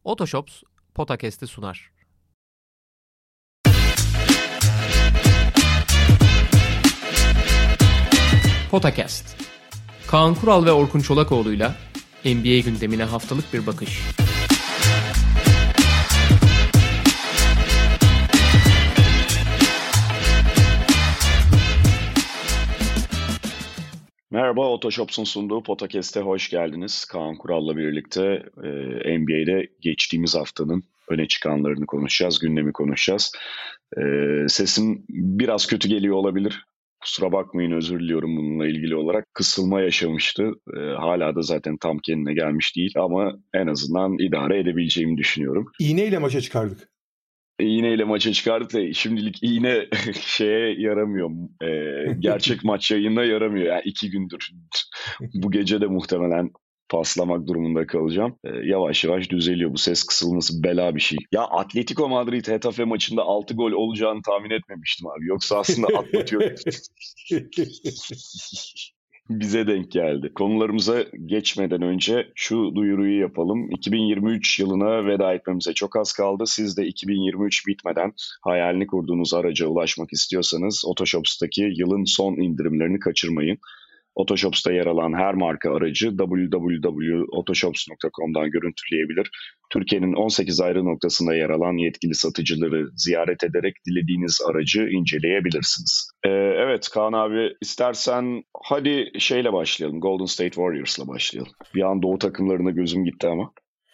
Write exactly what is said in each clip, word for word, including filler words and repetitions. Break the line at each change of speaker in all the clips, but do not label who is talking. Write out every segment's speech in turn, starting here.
Otoshops Podcast'i sunar. Podcast. Kaan Kural ve Orkun Çolakoğlu'yla N B A gündemine haftalık bir bakış.
Merhaba, Otoshops'un sunduğu Podcast'e hoş geldiniz. Kaan Kural'la birlikte e, N B A'de geçtiğimiz haftanın öne çıkanlarını konuşacağız, gündemi konuşacağız. E, sesim biraz kötü geliyor olabilir. Kusura bakmayın, özür diliyorum bununla ilgili olarak. Kısılma yaşamıştı. E, hala da zaten tam kendine gelmiş değil ama en azından idare edebileceğimi düşünüyorum.
İğneyle maça çıkardık.
İğneyle maça çıkardık da şimdilik iğne şeye yaramıyor. Ee, gerçek maç yayınına yaramıyor. Yani iki gündür. Bu gece de muhtemelen paslamak durumunda kalacağım. Ee, yavaş yavaş düzeliyor. Bu ses kısılması bela bir şey. Ya Atletico Madrid Getafe maçında altı gol olacağını tahmin etmemiştim abi. Yoksa aslında atlatıyor. Bize denk geldi. Konularımıza geçmeden önce şu duyuruyu yapalım. iki bin yirmi üç yılına veda etmemize çok az kaldı. Siz de iki bin yirmi üç bitmeden hayalini kurduğunuz araca ulaşmak istiyorsanız Otoshops'taki yılın son indirimlerini kaçırmayın. Otoshops'ta yer alan her marka aracı double-u double-u double-u nokta otoshops nokta com'dan görüntüleyebilir. Türkiye'nin on sekiz ayrı noktasında yer alan yetkili satıcıları ziyaret ederek dilediğiniz aracı inceleyebilirsiniz. Ee, evet Kaan abi, istersen hadi şeyle başlayalım. Golden State Warriors'la başlayalım. Bir an doğu takımlarına gözüm gitti ama.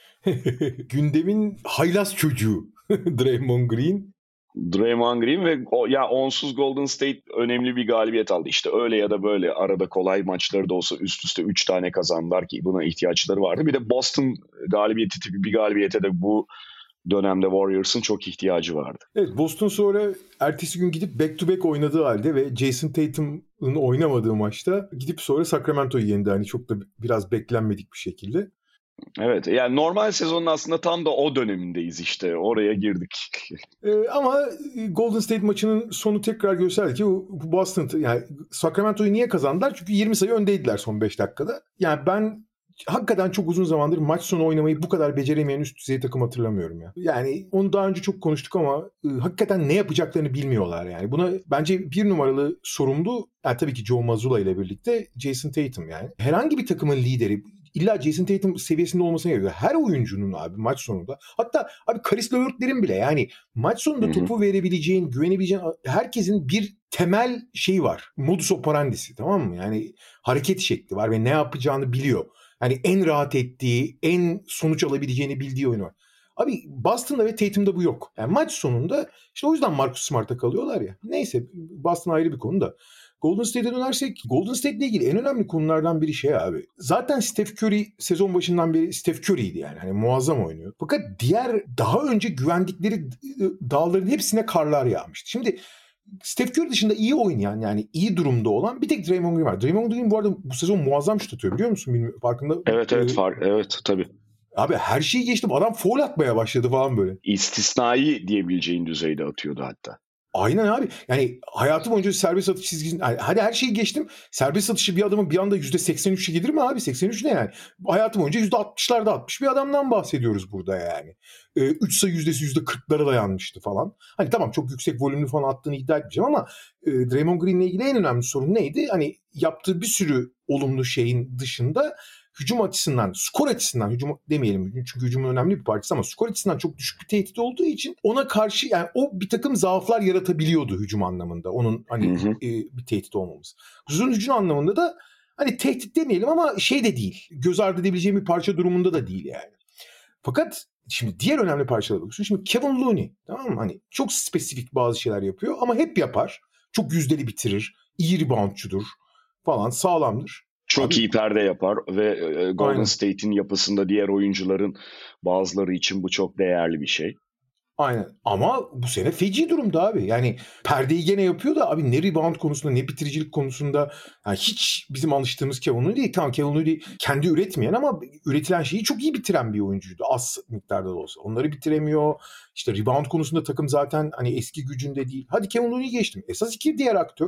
Gündemin haylaz çocuğu Draymond Green.
Draymond Green ve o, ya onsuz Golden State önemli bir galibiyet aldı. İşte öyle ya da böyle arada kolay maçları da olsa üst üste üç tane kazandılar ki buna ihtiyaçları vardı. Bir de Boston galibiyeti tipi bir galibiyete de bu dönemde Warriors'ın çok ihtiyacı vardı.
Evet, Boston sonra ertesi gün gidip back to back oynadığı halde ve Jason Tatum'un oynamadığı maçta gidip sonra Sacramento'yu yendi. Hani çok da biraz beklenmedik bir şekilde.
Evet, yani normal sezonun aslında tam da o dönemindeyiz işte. Oraya girdik.
ee, ama Golden State maçının sonu tekrar gösterdi ki bu Boston, yani Sacramento'yu niye kazandılar? Çünkü yirmi sayı öndeydiler son beş dakikada. Yani ben hakikaten çok uzun zamandır maç sonu oynamayı bu kadar beceremeyen üst düzey takım hatırlamıyorum ya. Yani onu daha önce çok konuştuk ama e, hakikaten ne yapacaklarını bilmiyorlar yani. Buna bence bir numaralı sorumlu, yani tabii ki Joe Mazzulla ile birlikte Jason Tatum yani. Herhangi bir takımın lideri İlla Jason Tatum seviyesinde olmasına gerekiyor. Her oyuncunun abi maç sonunda. Hatta abi Karis Levert'lerin bile yani maç sonunda
Hı-hı.
topu verebileceğin, güvenebileceğin herkesin bir temel şeyi var. Modus operandisi, tamam mı? Yani hareket şekli var ve ne yapacağını biliyor. Yani en rahat ettiği, en sonuç alabileceğini bildiği oyunu var. Abi Boston'da ve Tatum'da bu yok. Yani maç sonunda işte o yüzden Marcus Smart'a kalıyorlar ya. Neyse, Boston ayrı bir konu da. Golden State'e dönersek, Golden State'le ilgili en önemli konulardan biri şey abi. Zaten Steph Curry sezon başından beri Steph Curry'ydi yani. Hani muazzam oynuyor. Fakat diğer daha önce güvendikleri dağların hepsine karlar yağmıştı. Şimdi Steph Curry dışında iyi oynayan, yani iyi durumda olan bir tek Draymond Green var. Draymond Green bu arada bu sezon muazzam şut atıyor, biliyor musun? Bilmiyorum, farkında.
Evet evet fark evet tabii.
Abi her şeyi geçtim, adam foul atmaya başladı falan böyle.
İstisnai diyebileceğin düzeyde atıyordu hatta.
Aynen abi. Yani hayatım boyunca serbest atış çizgisinde, yani hadi her şeyi geçtim. Serbest atışı bir adamın bir anda yüzde seksen üçe gelir mi abi? seksen üç ne yani? Hayatım boyunca yüzde altmışlarda atmış bir adamdan bahsediyoruz burada yani. Ee, üç sayı yüzdesi yüzde kırklara dayanmıştı falan. Hani tamam, çok yüksek volümlü falan attığını iddia etmeyeceğim ama e, Draymond Green'le ilgili en önemli sorun neydi? Hani yaptığı bir sürü olumlu şeyin dışında hücum açısından, skor açısından, hücum demeyelim çünkü hücumun önemli bir parçası ama skor açısından çok düşük bir tehdit olduğu için ona karşı yani o bir takım zaaflar yaratabiliyordu hücum anlamında. Onun hani
hı hı.
E, bir tehdit olmamız. Hücum hücum anlamında da hani tehdit demeyelim ama şey de değil. Göz ardı edebileceğim bir parça durumunda da değil yani. Fakat şimdi diğer önemli parçalara bakıyorsun. Şimdi Kevin Looney, tamam mı? Hani çok spesifik bazı şeyler yapıyor ama hep yapar. Çok yüzdeli bitirir. İyi reboundçudur falan, sağlamdır.
Çok
Abi,
iyi perde yapar ve Golden
aynen.
State'in yapısında diğer oyuncuların bazıları için bu çok değerli bir şey.
Aynen, ama bu sene feci durumda abi. Yani perdeyi gene yapıyor da abi ne rebound konusunda ne bitiricilik konusunda yani hiç bizim alıştığımız Kevin Looney değil. Tamam, Kevin Looney kendi üretmeyen ama üretilen şeyi çok iyi bitiren bir oyuncuydu. Az miktarda da olsa. Onları bitiremiyor. İşte rebound konusunda takım zaten hani eski gücünde değil. Hadi Kevin Looney'i geçtim. Esas iki diğer aktör.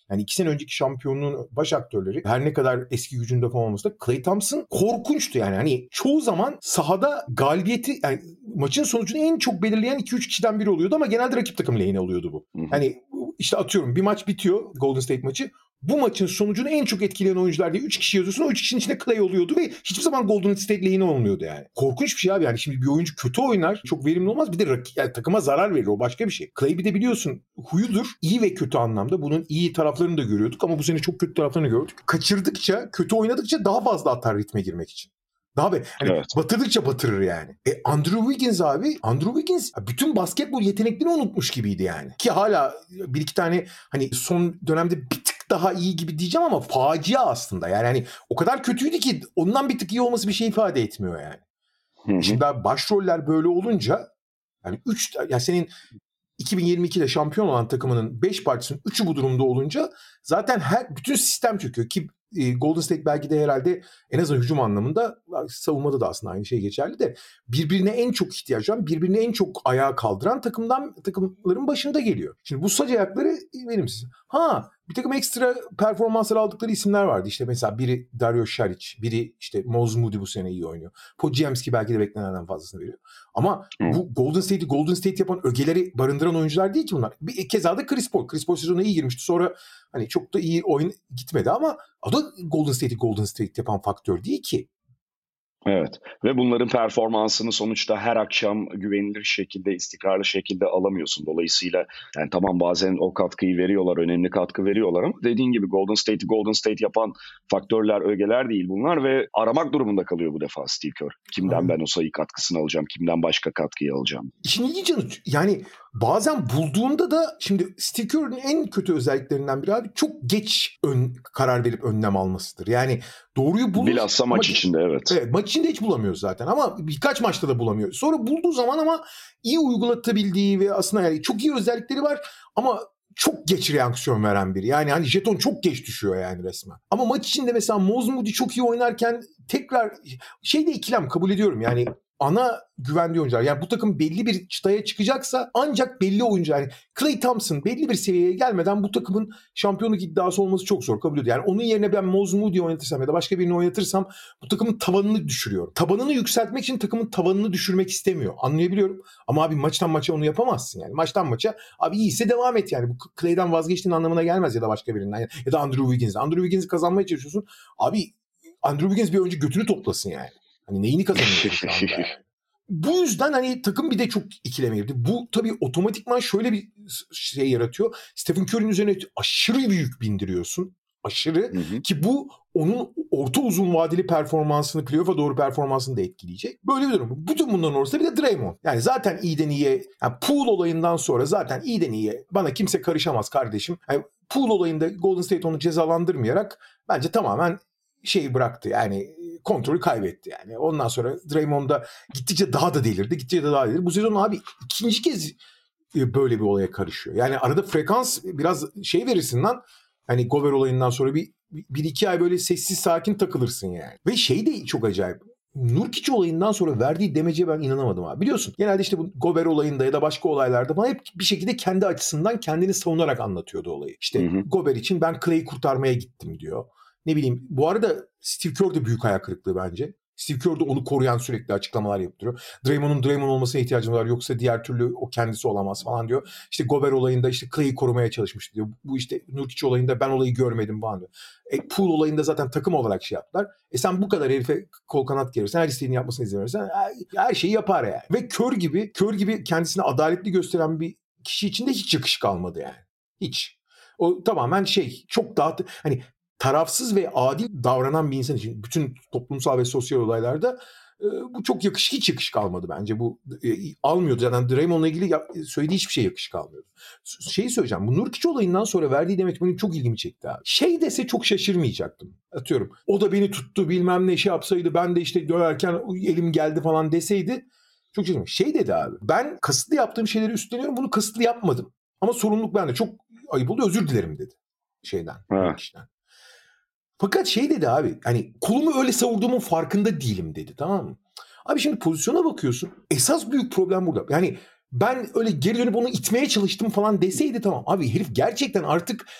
Yani iki sene önceki şampiyonluğun baş aktörleri her ne kadar eski gücünde falan olmasa da Klay Thompson korkunçtu yani. Hani çoğu zaman sahada galibiyeti yani maçın sonucunu en çok belirleyen iki üç kişiden biri oluyordu ama genelde rakip takım lehine oluyordu bu. Hani işte atıyorum bir maç bitiyor Golden State maçı. Bu maçın sonucunu en çok etkileyen oyuncular diye üç kişi yazıyorsun. O üç kişinin içinde Klay oluyordu ve hiçbir zaman Golden State lehine olmuyordu yani. Korkunç bir şey abi yani. Şimdi bir oyuncu kötü oynar, çok verimli olmaz. Bir de rak- yani takıma zarar verir. O başka bir şey. Klay bir de biliyorsun huyudur. İyi ve kötü anlamda. Bunun iyi taraflarını da görüyorduk ama bu sene çok kötü taraflarını gördük. Kaçırdıkça, kötü oynadıkça daha fazla atar ritme girmek için. Daha be, hani evet. Batırdıkça batırır yani. E Andrew Wiggins abi, Andrew Wiggins bütün basketbol yeteneklerini unutmuş gibiydi yani. Ki hala bir iki tane hani son dönemde bir tık daha iyi gibi diyeceğim ama facia aslında. Yani hani o kadar kötüydü ki ondan bir tık iyi olması bir şey ifade etmiyor yani. Hı hı. Şimdi abi başroller böyle olunca yani üç ya senin iki bin yirmi ikide şampiyon olan takımının beş parçasının üçü bu durumda olunca zaten her bütün sistem çöküyor ki Golden State belki de herhalde en azından hücum anlamında, savunmada da aslında aynı şey geçerli de birbirine en çok ihtiyaç olan, birbirine en çok ayağa kaldıran takımdan takımların başında geliyor. Şimdi bu sac ayakları verimsiz. Ha bir takım ekstra performanslar aldıkları isimler vardı. İşte mesela biri Dario Saric, biri işte Moses Moody bu sene iyi oynuyor. Podziemski belki de beklenenden fazlasını veriyor. Ama hmm. bu Golden State'i Golden State yapan ögeleri barındıran oyuncular değil ki bunlar. Bir keza da Chris Paul. Chris Paul sezonuna iyi girmişti. Sonra hani çok da iyi oyun gitmedi ama o da Golden State'i Golden State yapan faktör değil ki.
Evet ve bunların performansını sonuçta her akşam güvenilir şekilde, istikrarlı şekilde alamıyorsun. Dolayısıyla yani tamam bazen o katkıyı veriyorlar, önemli katkı veriyorlar ama dediğin gibi Golden State'i Golden State yapan faktörler, ögeler değil bunlar ve aramak durumunda kalıyor bu defa Steve Kerr. Kimden hmm. ben o sayı katkısını alacağım, kimden başka katkıyı alacağım?
İşin ilginç yani bazen bulduğunda da şimdi Steve Kerr'ün en kötü özelliklerinden biri abi çok geç ön, karar verip önlem almasıdır. Yani doğruyu bulur.
Bilhassa maç içinde evet.
Evet maç içinde hiç bulamıyoruz zaten ama birkaç maçta da bulamıyor. Sonra bulduğu zaman ama iyi uygulatabildiği ve aslında yani çok iyi özellikleri var ama çok geç reaksiyon veren biri. Yani hani jeton çok geç düşüyor yani resmen. Ama maç içinde mesela Moses Moody çok iyi oynarken tekrar şeyde ikilem kabul ediyorum yani ana güvendiği oyuncular. Yani bu takım belli bir çıtaya çıkacaksa ancak belli oyuncular. Yani Klay Thompson belli bir seviyeye gelmeden bu takımın şampiyonluk iddiası olması çok zor kabul ediyor. Yani onun yerine ben Moses Moody'yi oynatırsam ya da başka birini oynatırsam bu takımın tavanını düşürüyorum. Tabanını yükseltmek için takımın tavanını düşürmek istemiyor. Anlayabiliyorum. Ama abi maçtan maça onu yapamazsın yani. Maçtan maça abi iyiyse devam et yani. Bu Klay'den vazgeçtiğin anlamına gelmez ya da başka birinden. Yani. Ya da Andrew Wiggins. Andrew Wiggins'i kazanmaya çalışıyorsun. Abi Andrew Wiggins bir önce götünü toplasın yani. Hani neyini kazanıyorsun şu anda yani. Bu yüzden hani takım bir de çok ikileme girdi. Bu tabii otomatikman şöyle bir şey yaratıyor. Stephen Curry'nin üzerine aşırı büyük bindiriyorsun. Aşırı hı hı. Ki bu onun orta uzun vadeli performansını, playoff'a doğru performansını da etkileyecek. Böyle bir durum. Bütün bunların ortasında bir de Draymond. Yani zaten iyiden iyiye, yani Poole olayından sonra zaten iyiden iyiye bana kimse karışamaz kardeşim. Yani Poole olayında Golden State onu cezalandırmayarak bence tamamen şeyi bıraktı yani kontrolü kaybetti yani. Ondan sonra Draymond da gittikçe daha da delirdi. Gittikçe de daha delirdi. Bu sezon abi ikinci kez böyle bir olaya karışıyor. Yani arada frekans biraz şey verirsin lan. Hani Gobert olayından sonra bir, bir iki ay böyle sessiz sakin takılırsın yani. Ve şey de çok acayip. Nurkic olayından sonra verdiği demece ben inanamadım abi. Biliyorsun genelde işte bu Gobert olayında ya da başka olaylarda falan hep bir şekilde kendi açısından kendini savunarak anlatıyordu olayı. İşte hı hı. Gobert için ben Clay'i kurtarmaya gittim diyor. Ne bileyim bu arada Steve Kerr de büyük hayal kırıklığı bence. Steve Kerr de onu koruyan sürekli açıklamalar yaptırıyor. Draymond'un Draymond olmasına ihtiyacımız var yoksa diğer türlü o kendisi olamaz falan diyor. İşte Gobert olayında işte Clay'i korumaya çalışmış diyor. Bu işte Nurkic olayında ben olayı görmedim falan diyor. E, Poole olayında zaten takım olarak şey yaptılar. E sen bu kadar herife kol kanat gerirsen her istediğini yapmasını izin verirsen her şeyi yapar yani. Ve Kerr gibi, Kerr gibi kendisini adaletli gösteren bir kişi için de hiç yakışık kalmadı yani. Hiç. O tamamen şey çok daha hani tarafsız ve adil davranan bir insan için bütün toplumsal ve sosyal olaylarda e, bu çok yakışık hiç yakışık almadı bence. Bu e, almıyordu zaten Draymond'la ilgili yap, söylediği hiçbir şey yakışık almıyordu. Şeyi söyleyeceğim. Bu Nurkic olayından sonra verdiği demet benim çok ilgimi çekti abi. Şey dese çok şaşırmayacaktım. Atıyorum. O da beni tuttu bilmem ne şey yapsaydı ben de işte döverken elim geldi falan deseydi çok şaşırmayacaktım. Şey dedi abi. Ben kasıtlı yaptığım şeyleri üstleniyorum. Bunu kasıtlı yapmadım. Ama sorumluluk bende. Çok ayıp oldu. Özür dilerim dedi. Şeyden. Nurkic'ten. Fakat şey dedi abi hani kolumu öyle savurduğumun farkında değilim dedi tamam mı? Abi şimdi pozisyona bakıyorsun esas büyük problem burada. Yani ben öyle geri dönüp onu itmeye çalıştım falan deseydi tamam. Abi herif gerçekten artık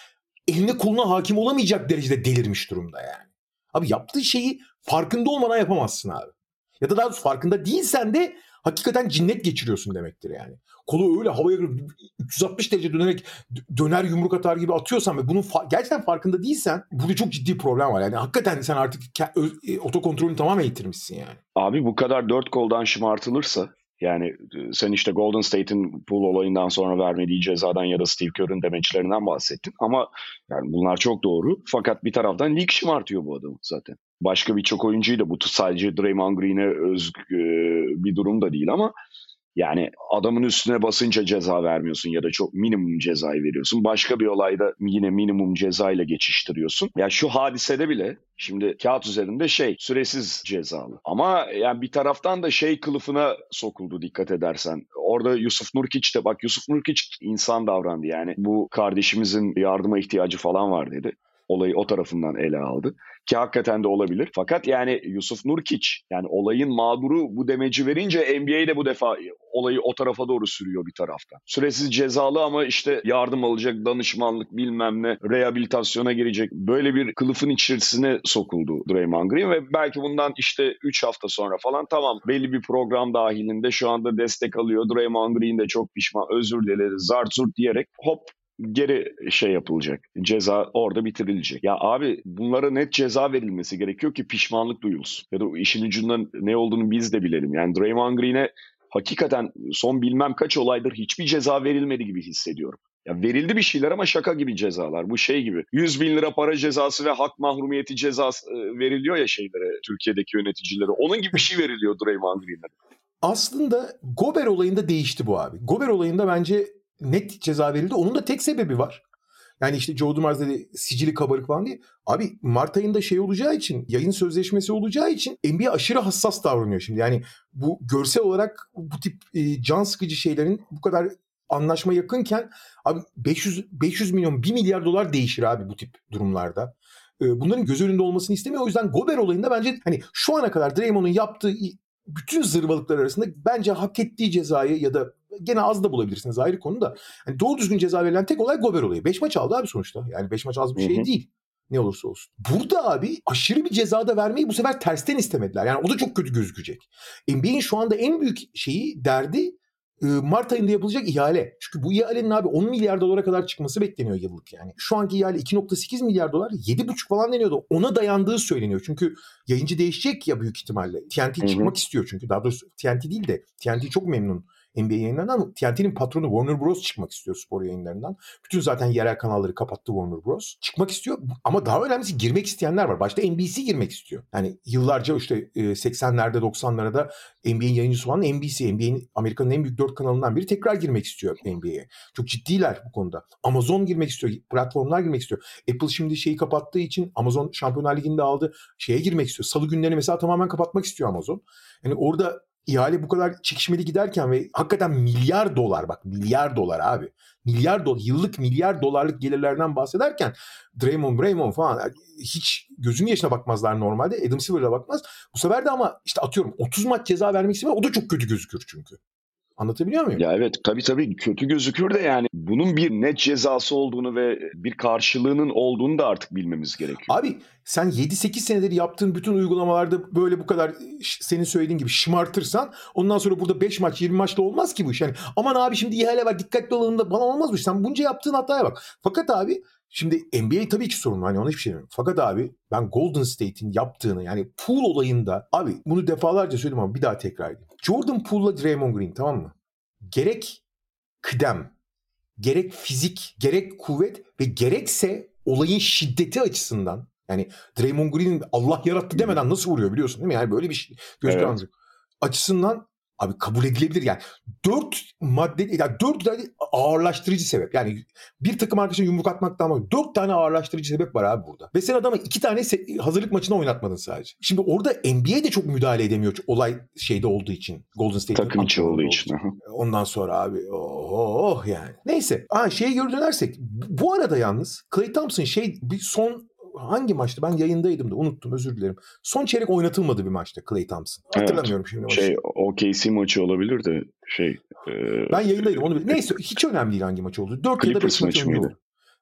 eline koluna hakim olamayacak derecede delirmiş durumda yani. Abi yaptığı şeyi farkında olmadan yapamazsın abi. Ya da daha doğrusu farkında değilsen de hakikaten cinnet geçiriyorsun demektir yani. Kolu öyle havaya üç yüz altmış derece dönerek döner yumruk atar gibi atıyorsan ve bunun fa- gerçekten farkında değilsen burada çok ciddi problem var. Yani hakikaten sen artık ke- ö- otokontrolünü tamamen yitirmişsin yani.
Abi bu kadar dört koldan şımartılırsa, yani sen işte Golden State'in pool olayından sonra vermediği cezadan ya da Steve Kerr'ın demeçlerinden bahsettin. Ama yani bunlar çok doğru. Fakat bir taraftan lig şımartıyor bu adamı zaten. Başka birçok oyuncuyu da, bu sadece Draymond Green'e özgü bir durum da değil ama yani adamın üstüne basınca ceza vermiyorsun ya da çok minimum cezayı veriyorsun. Başka bir olayda yine minimum cezayla geçiştiriyorsun. Ya şu hadisede bile şimdi kağıt üzerinde şey süresiz cezalı. Ama yani bir taraftan da şey kılıfına sokuldu dikkat edersen. Orada Yusuf Nurkic de, bak Yusuf Nurkic insan davrandı yani. Bu kardeşimizin yardıma ihtiyacı falan var dedi. Olayı o tarafından ele aldı. Ki hakikaten de olabilir. Fakat yani Yusuf Nurkic, yani olayın mağduru bu demeci verince N B A de bu defa olayı o tarafa doğru sürüyor bir taraftan. Süresiz cezalı ama işte yardım alacak, danışmanlık bilmem ne, rehabilitasyona girecek. Böyle bir kılıfın içerisine sokuldu Draymond Green ve belki bundan işte üç hafta sonra falan tamam belli bir program dahilinde şu anda destek alıyor. Draymond Green de çok pişman, özür dileriz, zart zurt diyerek hop geri şey yapılacak. Ceza orada bitirilecek. Ya abi bunlara net ceza verilmesi gerekiyor ki pişmanlık duyulsun. Ya da işin ucundan ne olduğunu biz de bilelim. Yani Draymond Green'e hakikaten son bilmem kaç olaydır hiçbir ceza verilmedi gibi hissediyorum. Ya verildi bir şeyler ama şaka gibi cezalar. Bu şey gibi. yüz bin lira para cezası ve hak mahrumiyeti cezası veriliyor ya şeylere, Türkiye'deki yöneticilere. Onun gibi bir şey veriliyor Draymond Green'e.
Aslında Gober olayında değişti bu abi. Gober olayında bence net ceza verildi. Onun da tek sebebi var. Yani işte Joe Dumars dedi sicili kabarık falan diye. Abi Mart ayında şey olacağı için, yayın sözleşmesi olacağı için N B A aşırı hassas davranıyor şimdi. Yani bu görsel olarak bu tip e, can sıkıcı şeylerin bu kadar anlaşma yakınken abi beş yüz beş yüz milyon bir milyar dolar değişir abi bu tip durumlarda. E, bunların göz önünde olmasını istemiyor. O yüzden Gober olayında bence hani şu ana kadar Draymond'un yaptığı bütün zırvalıklar arasında bence hak ettiği cezayı ya da gene az da bulabilirsiniz ayrı konu da. Yani doğru düzgün ceza verilen tek olay Gober olayı. beş maç aldı abi sonuçta. Yani beş maç az bir şey değil. Ne olursa olsun. Burada abi aşırı bir ceza da vermeyi bu sefer tersten istemediler. Yani o da çok kötü gözükecek. N B A'in şu anda en büyük şeyi, derdi Mart ayında yapılacak ihale. Çünkü bu ihalenin abi on milyar dolara kadar çıkması bekleniyor yıllık yani. Şu anki ihale iki virgül sekiz milyar dolar, yedi buçuk falan deniyordu. Ona dayandığı söyleniyor. Çünkü yayıncı değişecek ya büyük ihtimalle. T N T Hı-hı. çıkmak istiyor çünkü. Daha doğrusu T N T değil de T N T çok memnun N B A yayınlarından ama T N T'nin patronu Warner Bros çıkmak istiyor spor yayınlarından. Bütün zaten yerel kanalları kapattı Warner Bros. Çıkmak istiyor ama daha önemlisi girmek isteyenler var. Başta N B C girmek istiyor. Yani yıllarca işte seksenlerde doksanlarda N B A'in yayıncısı olan N B C, N B A'in Amerika'nın en büyük dört kanalından biri tekrar girmek istiyor N B A'ye. Çok ciddiler bu konuda. Amazon girmek istiyor, platformlar girmek istiyor. Apple şimdi şeyi kapattığı için Amazon Şampiyonlar Ligi'nde aldı. Şeye girmek istiyor. Salı günlerini mesela tamamen kapatmak istiyor Amazon. Yani orada ihale bu kadar çekişmeli giderken ve hakikaten milyar dolar, bak milyar dolar abi. Milyar dolar, yıllık milyar dolarlık gelirlerden bahsederken Draymond, Draymond falan hiç gözünün yaşına bakmazlar normalde. Adam Silver'a bakmaz. Bu sefer de ama işte atıyorum otuz maç ceza vermek istemiyor. O da çok kötü gözükür çünkü. Anlatabiliyor muyum?
Ya evet tabii tabii kötü gözükür de yani bunun bir net cezası olduğunu ve bir karşılığının olduğunu da artık bilmemiz gerekiyor.
Abi sen yedi sekiz senedir yaptığın bütün uygulamalarda böyle bu kadar senin söylediğin gibi şımartırsan ondan sonra burada beş maç yirmi maçta olmaz ki bu iş. Yani aman abi şimdi ihale var dikkatli olalım da bana olmaz bu iş. Sen bunca yaptığın hataya bak. Fakat abi şimdi N B A tabii ki sorun, hani ona hiçbir şey demiyorum. Fakat abi ben Golden State'in yaptığını, yani pool olayında abi bunu defalarca söyledim ama bir daha tekrar edeyim. Jordan Poole'la Draymond Green, tamam mı? Gerek kıdem, gerek fizik, gerek kuvvet ve gerekse olayın şiddeti açısından, yani Draymond Green'in Allah yarattı demeden nasıl vuruyor biliyorsun değil mi? Yani böyle bir şey gözüküyor evet. Açısından abi kabul edilebilir yani. Dört madde, yani dört tane ağırlaştırıcı sebep. Yani bir takım arkadaşına yumruk atmaktan ama dört tane ağırlaştırıcı sebep var abi burada. Ve sen adama iki tane se- hazırlık maçına oynatmadın sadece. Şimdi orada N B A de çok müdahale edemiyor olay şeyde olduğu için. Golden State'in
takım içi olduğu için.
için. Ondan sonra abi oh, oh yani. Neyse. Ha şeye geri dönersek. Bu arada yalnız Klay Thompson şey bir son hangi maçtı? Ben yayındaydım da unuttum, özür dilerim. Son çeyrek oynatılmadı bir maçta Klay Thompson. Hatırlamıyorum evet. Şimdi maçı.
Şey O K C maçı olabilir de şey.
E... Ben yayındaydım onu. Neyse hiç önemli değil hangi maç oldu. dört ya da beş maç oynuyor.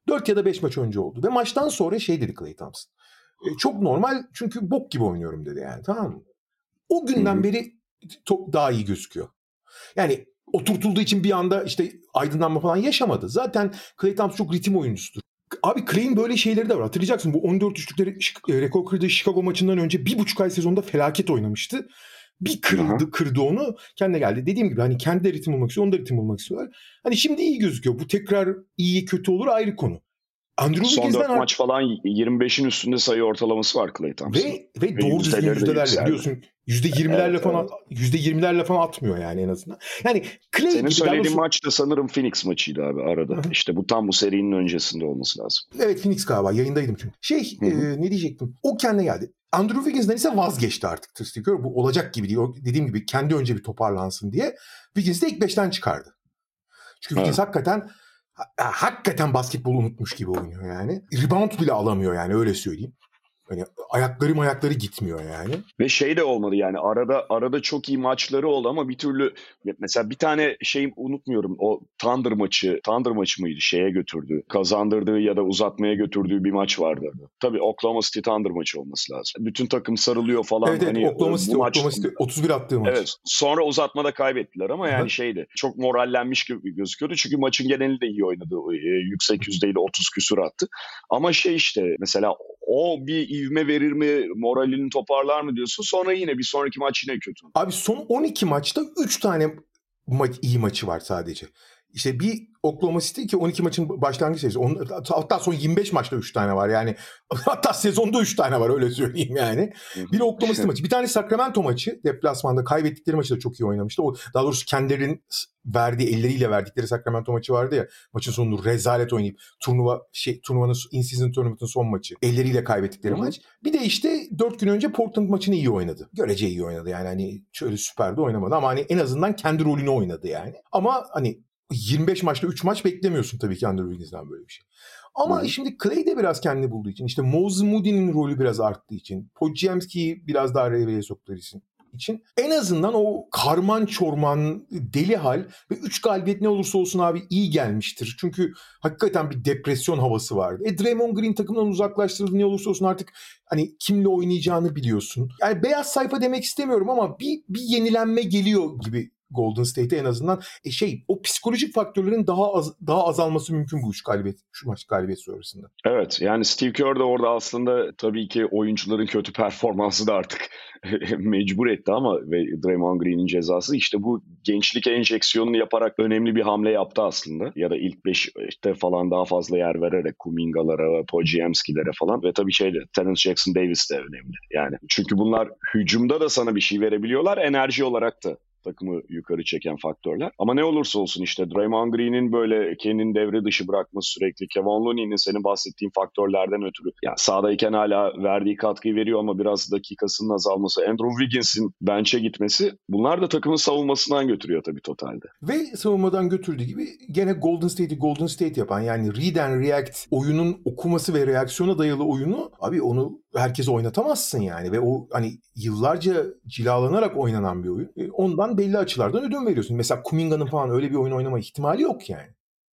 dört ya da beş maç önce oldu. Ve maçtan sonra şey dedi Klay Thompson. E, çok normal çünkü bok gibi oynuyorum dedi yani, tamam mı? O günden
Hı-hı.
beri çok daha iyi gözüküyor. Yani oturtulduğu için bir anda işte aydınlanma falan yaşamadı. Zaten Klay Thompson çok ritim oyuncusudur. Abi Klay'in böyle şeyleri de var. Hatırlayacaksın bu on dört üçlükleri rekor kırdığı Chicago maçından önce bir buçuk ay sezonda felaket oynamıştı. Bir kırıldı, kırdı onu. Kendine geldi. Dediğim gibi hani kendi de ritim bulmak istiyor, onda ritim bulmak istiyorlar. Hani şimdi iyi gözüküyor. Bu tekrar iyi kötü olur ayrı konu.
Andrew Son dört art- maç falan yirmi beşin üstünde sayı ortalaması var Klay Thompson'ın.
Ve, ve, ve doğru düzgün yüzdelerle biliyorsun. yüzde yirmilerle
evet,
falan
evet.
yüzde yirmilerle falan atmıyor yani en azından. Yani Klay
Senin
gibi
söylediğin
doğrusu...
maç da sanırım Phoenix maçıydı abi arada.
Hı-hı.
İşte bu tam bu serinin öncesinde olması lazım.
Evet, Phoenix galiba, yayındaydım çünkü. Şey e, ne diyecektim? O kendine geldi. Andrew Wiggins'den ise vazgeçti artık. Steve Kerr bu olacak gibi değil. O dediğim gibi kendi önce bir toparlansın diye. Wiggins de ilk beşten çıkardı. Çünkü Wiggins hakikaten ha, hakikaten basketbolu unutmuş gibi oynuyor yani. Rebound bile alamıyor yani, öyle söyleyeyim. Hani ayakları ayakları gitmiyor yani.
Ve şey de olmadı yani arada arada çok iyi maçları oldu ama bir türlü mesela bir tane şey unutmuyorum, o Thunder maçı Thunder maçı mıydı şeye götürdüğü, kazandırdığı ya da uzatmaya götürdüğü bir maç vardı. Tabii Oklahoma City Thunder maçı olması lazım. Bütün takım sarılıyor falan.
Evet, evet
hani
Oklahoma City,
bu maç,
Oklahoma City otuz bir attığı maç.
Evet, sonra uzatmada kaybettiler ama yani
Hı-hı.
şeydi, çok morallenmiş gibi gözüküyordu. Çünkü maçın geneli de iyi oynadı. Yüksek yüzdeyle otuz küsur attı. Ama şey işte mesela o bir ivme verir mi, moralini toparlar mı diyorsun. Sonra yine bir sonraki maç yine kötü.
Abi son on iki maçta üç tane ma- iyi maçı var sadece. İşte bir Oklahoma City ki on iki maçın başlangıç sayısı. Onun, hatta son yirmi beş maçta üç tane var yani. Hatta sezonda üç tane var, öyle söyleyeyim yani. Bir Oklahoma City maçı. Bir tane Sacramento maçı. Deplasmanda kaybettikleri maçı da çok iyi oynamıştı. O, daha doğrusu kendilerinin verdiği, elleriyle verdikleri Sacramento maçı vardı ya. Maçın sonunu rezalet oynayıp turnuva şey turnuvanın in-season tournament'ın son maçı. Elleriyle kaybettikleri maç. Bir de işte dört gün önce Portland maçını iyi oynadı. Görece iyi oynadı yani. Hani şöyle süper de oynamadı ama hani en azından kendi rolünü oynadı yani. Ama hani yirmi beş maçta üç maç beklemiyorsun tabii ki Andrew Wiggins'den böyle bir şey. Ama Hı-hı. şimdi Klay de biraz kendini bulduğu için, işte Moses Moody'nin rolü biraz arttığı için, Podziemski'yi biraz daha revreye soktuğu için en azından o karman çorman deli hal ve üç galibiyet ne olursa olsun abi iyi gelmiştir. Çünkü hakikaten bir depresyon havası vardı. E Draymond Green takımdan uzaklaştırıldı, ne olursa olsun artık hani kimle oynayacağını biliyorsun. Yani beyaz sayfa demek istemiyorum ama bir, bir yenilenme geliyor gibi Golden State'e en azından. E şey, o psikolojik faktörlerin daha az, daha azalması mümkün bu üç galibiyet, şu maç galibiyet sonrasında.
Evet, yani Steve Kerr de orada aslında tabii ki oyuncuların kötü performansı da artık mecbur etti ama ve Draymond Green'in cezası işte bu gençlik enjeksiyonunu yaparak önemli bir hamle yaptı aslında. Ya da ilk beşte falan daha fazla yer vererek Kuminga'lara, Podziemski'lere falan ve tabii şeyde Terence Jackson Davis de önemli. Yani çünkü bunlar hücumda da sana bir şey verebiliyorlar, enerji olarak da takımı yukarı çeken faktörler. Ama ne olursa olsun işte Draymond Green'in böyle kendini devre dışı bırakması sürekli, Kevin Looney'nin senin bahsettiğin faktörlerden ötürü yani sahadayken hala verdiği katkıyı veriyor ama biraz dakikasının azalması, Andrew Wiggins'in bench'e gitmesi, bunlar da takımın savunmasından götürüyor tabii totalde.
Ve savunmadan götürdüğü gibi gene Golden State'i Golden State yapan, yani read and react oyunun okuması ve reaksiyona dayalı oyunu abi onu herkese oynatamazsın yani ve o hani yıllarca cilalanarak oynanan bir oyun. Ondan belli açılardan ödün veriyorsun. Mesela Kuminga'nın falan öyle bir oyun oynama ihtimali yok yani.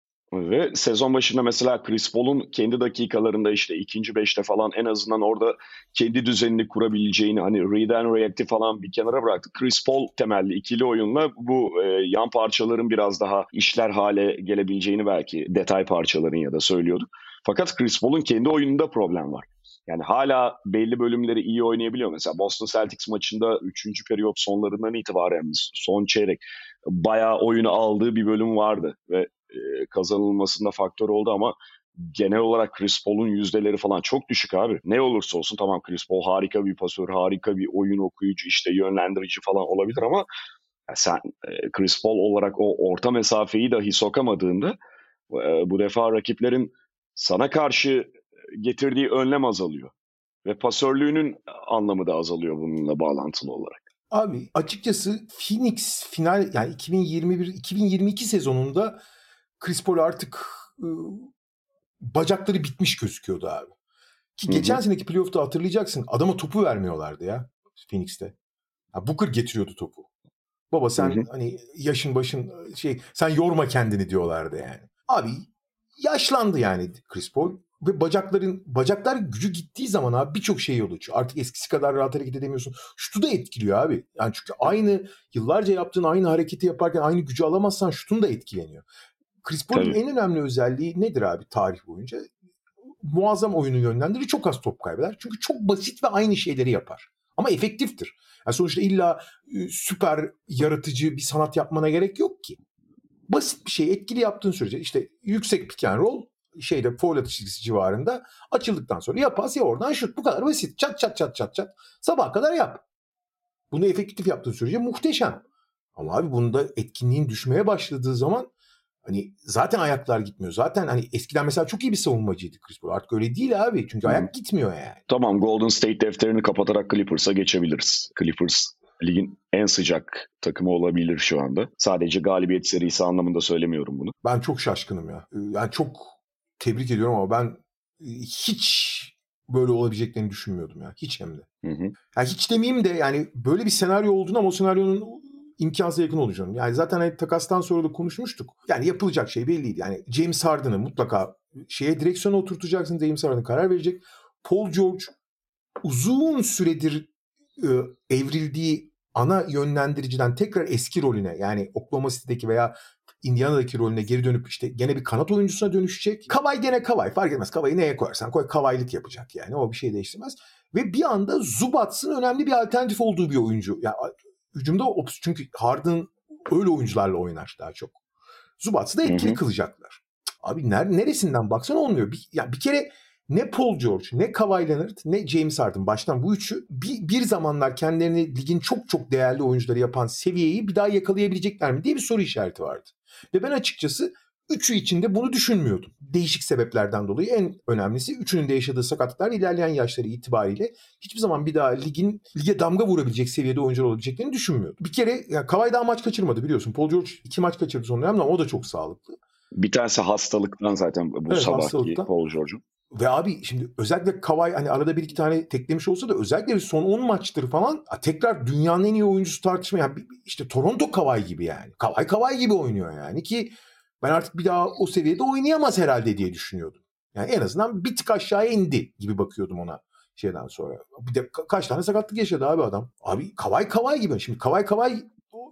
Ve sezon başında mesela Chris Paul'un kendi dakikalarında işte ikinci beşte falan en azından orada kendi düzenini kurabileceğini, hani read and react'i falan bir kenara bıraktı. Chris Paul temelli ikili oyunla bu e, yan parçaların biraz daha işler hale gelebileceğini belki detay parçaların ya da söylüyorduk. Fakat Chris Paul'un kendi oyununda problem var. Yani hala belli bölümleri iyi oynayabiliyor. Mesela Boston Celtics maçında üçüncü periyot sonlarından itibaren son çeyrek bayağı oyunu aldığı bir bölüm vardı ve kazanılmasında faktör oldu ama genel olarak Chris Paul'un yüzdeleri falan çok düşük abi. Ne olursa olsun tamam, Chris Paul harika bir pasör, harika bir oyun okuyucu, işte yönlendirici falan olabilir ama sen Chris Paul olarak o orta mesafeyi dahi sokamadığında bu defa rakiplerin sana karşı getirdiği önlem azalıyor. Ve pasörlüğünün anlamı da azalıyor bununla bağlantılı olarak.
Abi açıkçası Phoenix final yani iki bin yirmi bir iki bin yirmi iki sezonunda Chris Paul artık ıı, bacakları bitmiş gözüküyordu abi. Ki
Hı-hı.
geçen seneki playoff'ta hatırlayacaksın, adama topu vermiyorlardı ya Phoenix'te. Ya Booker getiriyordu topu. Baba sen Hı-hı. hani yaşın başın şey, sen yorma kendini diyorlardı yani. Abi yaşlandı yani Chris Paul. Ve bacakların bacaklar gücü gittiği zaman abi birçok şey yol açıyor. Artık eskisi kadar rahat hareket edemiyorsun. Şutu da etkiliyor abi. Yani çünkü aynı yıllarca yaptığın aynı hareketi yaparken aynı gücü alamazsan şutun da etkileniyor. Chris Paul'un en önemli özelliği nedir abi tarih boyunca? Muazzam oyunu yönlendirir, çok az top kaybeder. Çünkü çok basit ve aynı şeyleri yapar. Ama efektiftir. Yani sonuçta illa süper yaratıcı bir sanat yapmana gerek yok ki. Basit bir şey etkili yaptığın sürece işte yüksek pick and roll şeyde foul atış çizgisi civarında açıldıktan sonra ya pas ya oradan şut, bu kadar basit. Çat çat çat çat çat. Sabaha kadar yap. Bunu efektif yaptığın sürece muhteşem. Ama abi bunda etkinliğin düşmeye başladığı zaman hani zaten ayaklar gitmiyor. Zaten hani eskiden mesela çok iyi bir savunmacıydı Chris Paul. Artık öyle değil abi. Çünkü Hı. ayak gitmiyor yani.
Tamam, Golden State defterini kapatarak Clippers'a geçebiliriz. Clippers ligin en sıcak takımı olabilir şu anda. Sadece galibiyet serisi anlamında söylemiyorum bunu.
Ben çok şaşkınım ya. Yani çok tebrik ediyorum ama ben hiç böyle olabileceklerini düşünmüyordum ya. Hiç hem de.
Hı hı.
Yani hiç demeyeyim de yani böyle bir senaryo olduğunu ama o senaryonun imkansıza yakın olacağını. Yani zaten hani takastan sonra da konuşmuştuk. Yani yapılacak şey belliydi. Yani James Harden'ı mutlaka şeye direksiyona oturtacaksın. James Harden karar verecek. Paul George uzun süredir e, evrildiği ana yönlendiriciden tekrar eski rolüne, yani Oklahoma City'deki veya Indiana'daki rolüne geri dönüp işte gene bir kanat oyuncusuna dönüşecek. Kawhi gene Kawhi, fark etmez. Kawhi'yi neye koyarsan koy, Kawhi'lik yapacak yani. O bir şey değiştirmez. Ve bir anda Zubats'ın önemli bir alternatif olduğu bir oyuncu. Yani hücumda çünkü Harden öyle oyuncularla oynar daha çok. Zubats'ı da etkili hı hı. kılacaklar. Abi neresinden baksan olmuyor. Bir, yani bir kere ne Paul George, ne Kawhi Leonard, ne James Harden baştan bu üçü bir, bir zamanlar kendilerini ligin çok çok değerli oyuncuları yapan seviyeyi bir daha yakalayabilecekler mi diye bir soru işareti vardı. Ve ben açıkçası üçü içinde bunu düşünmüyordum. Değişik sebeplerden dolayı en önemlisi üçünün de yaşadığı sakatlıklar ilerleyen yaşları itibariyle hiçbir zaman bir daha ligin lige damga vurabilecek seviyede oyuncular olabileceklerini düşünmüyordum. Bir kere yani Kawhi daha maç kaçırmadı biliyorsun. Paul George iki maç kaçırdı son dönemde ama o da çok sağlıklı.
Bir tanesi hastalıktan zaten bu evet, sabahki Paul George'un.
Ve abi şimdi özellikle Kawhi hani arada bir iki tane teklemiş olsa da özellikle son on maçtır falan tekrar dünyanın en iyi oyuncusu tartışmaya yani işte Toronto Kawhi gibi yani. Kawhi Kawhi gibi oynuyor yani ki ben artık bir daha o seviyede oynayamaz herhalde diye düşünüyordum. Yani en azından bir tık aşağıya indi gibi bakıyordum ona şeyden sonra. Bir de ka- kaç tane sakatlık yaşadı abi adam. Abi Kawhi Kawhi gibi. Şimdi Kawhi Kawhi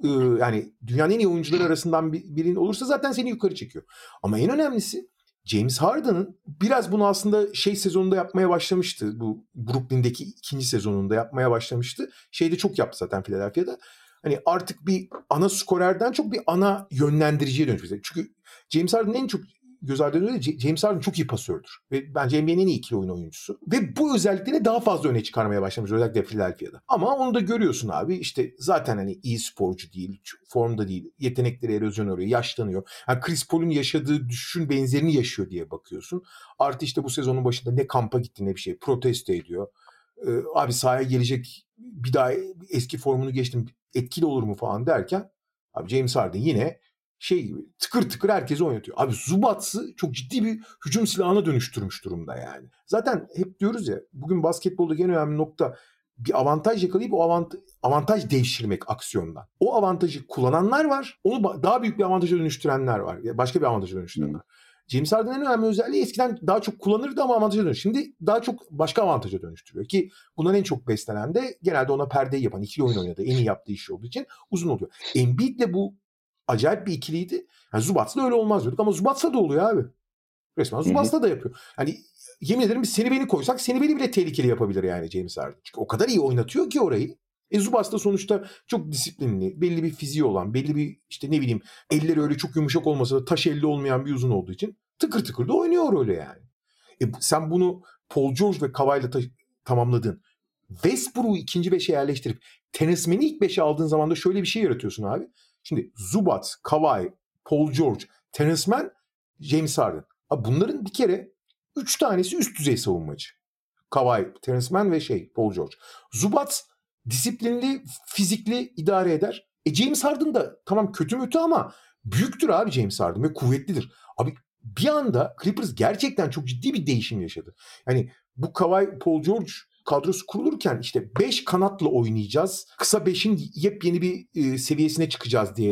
yani dünyanın en iyi oyuncuları arasından birinin olursa zaten seni yukarı çekiyor. Ama en önemlisi James Harden'ın biraz bunu aslında şey sezonunda yapmaya başlamıştı. Bu Brooklyn'deki ikinci sezonunda yapmaya başlamıştı. Şeyde çok yaptı zaten Philadelphia'da. Hani artık bir ana skorerden çok bir ana yönlendiriciye dönüşmesi. Çünkü James Harden'ın en çok göz ardı edilen James Harden çok iyi pasördür. Ve bence N B A'nin en iyi ikili oyun oyuncusu. Ve bu özellikleri daha fazla öne çıkarmaya başlamış özellikle Philadelphia'da. Ama onu da görüyorsun abi işte zaten hani iyi sporcu değil, formda değil, yetenekleri erozyon oluyor, yaşlanıyor. Yani Chris Paul'un yaşadığı düşüşün benzerini yaşıyor diye bakıyorsun. Artı işte bu sezonun başında ne kampa gitti ne bir şey protesto ediyor. Ee, abi sahaya gelecek bir daha eski formunu geçtim etkili olur mu falan derken abi James Harden yine şey gibi tıkır tıkır herkesi oynatıyor. Abi Zubats'ı çok ciddi bir hücum silahına dönüştürmüş durumda yani. Zaten hep diyoruz ya bugün basketbolda en önemli nokta bir avantaj yakalayıp o avantaj, avantaj devşirmek aksiyondan. O avantajı kullananlar var. Onu daha büyük bir avantaja dönüştürenler var. Başka bir avantaja dönüştürenler var. James Harden'ın en önemli özelliği eskiden daha çok kullanırdı ama avantaja dönüştürüyor. Şimdi daha çok başka avantaja dönüştürüyor. Ki bundan en çok beslenen de genelde ona perdeyi yapan, ikili oyun oynadığı, en iyi yaptığı iş olduğu için uzun oluyor. Embiid'le bu acayip bir ikiliydi. Yani Zubats'la öyle olmaz diyorduk ama Zubats'la da oluyor abi. Resmen Zubats'la da yapıyor. Hani yemin ederim biz seni beni koysak seni beni bile tehlikeli yapabilir yani James Harden. Çünkü o kadar iyi oynatıyor ki orayı. E Zubac da sonuçta çok disiplinli, belli bir fiziği olan, belli bir işte ne bileyim elleri öyle çok yumuşak olmasa da taş elli olmayan bir uzun olduğu için tıkır tıkır da oynuyor öyle yani. E sen bunu Paul George ve Kawhi'la ta- tamamladın. Westbrook'u ikinci beşe yerleştirip tenismeni ilk beşe aldığın zaman da şöyle bir şey yaratıyorsun abi. Şimdi Zubac, Kawhi, Paul George, tenismen, James Harden. Abi bunların bir kere üç tanesi üst düzey savunmacı. Kawhi, tenismen ve şey Paul George. Zubac disiplinli, fizikli idare eder. E James Harden da tamam kötü mütü ama büyüktür abi James Harden ve kuvvetlidir. Abi bir anda Clippers gerçekten çok ciddi bir değişim yaşadı. Yani bu Kawhi, Paul George kadrosu kurulurken işte beş kanatla oynayacağız. Kısa beşin yepyeni bir e, seviyesine çıkacağız diye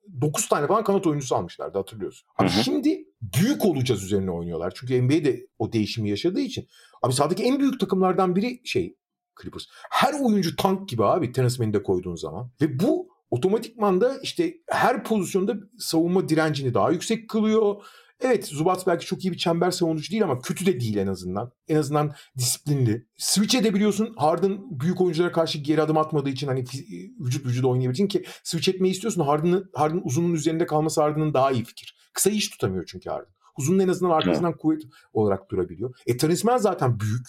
dokuz tane falan kanat oyuncusu almışlardı, hatırlıyorsun. Abi
Hı hı.
şimdi büyük olacağız üzerine oynuyorlar. Çünkü N B A de o değişimi yaşadığı için. Abi sahadaki en büyük takımlardan biri şey Clippers. Her oyuncu tank gibi abi Terance Mann'i de koyduğun zaman. Ve bu otomatikman da işte her pozisyonda savunma direncini daha yüksek kılıyor. Evet, Zubac belki çok iyi bir çember savunucu değil ama kötü de değil en azından. En azından disiplinli. Switch edebiliyorsun. Harden büyük oyunculara karşı geri adım atmadığı için hani vücut vücuda oynayabildiğin ki switch etmeyi istiyorsun. Harden'ın Harden uzunun üzerinde kalması Harden'ın daha iyi fikir. Kısayı hiç tutamıyor çünkü Harden. Uzunun en azından arkasından evet. kuvvet olarak durabiliyor. E Terance Mann zaten büyük.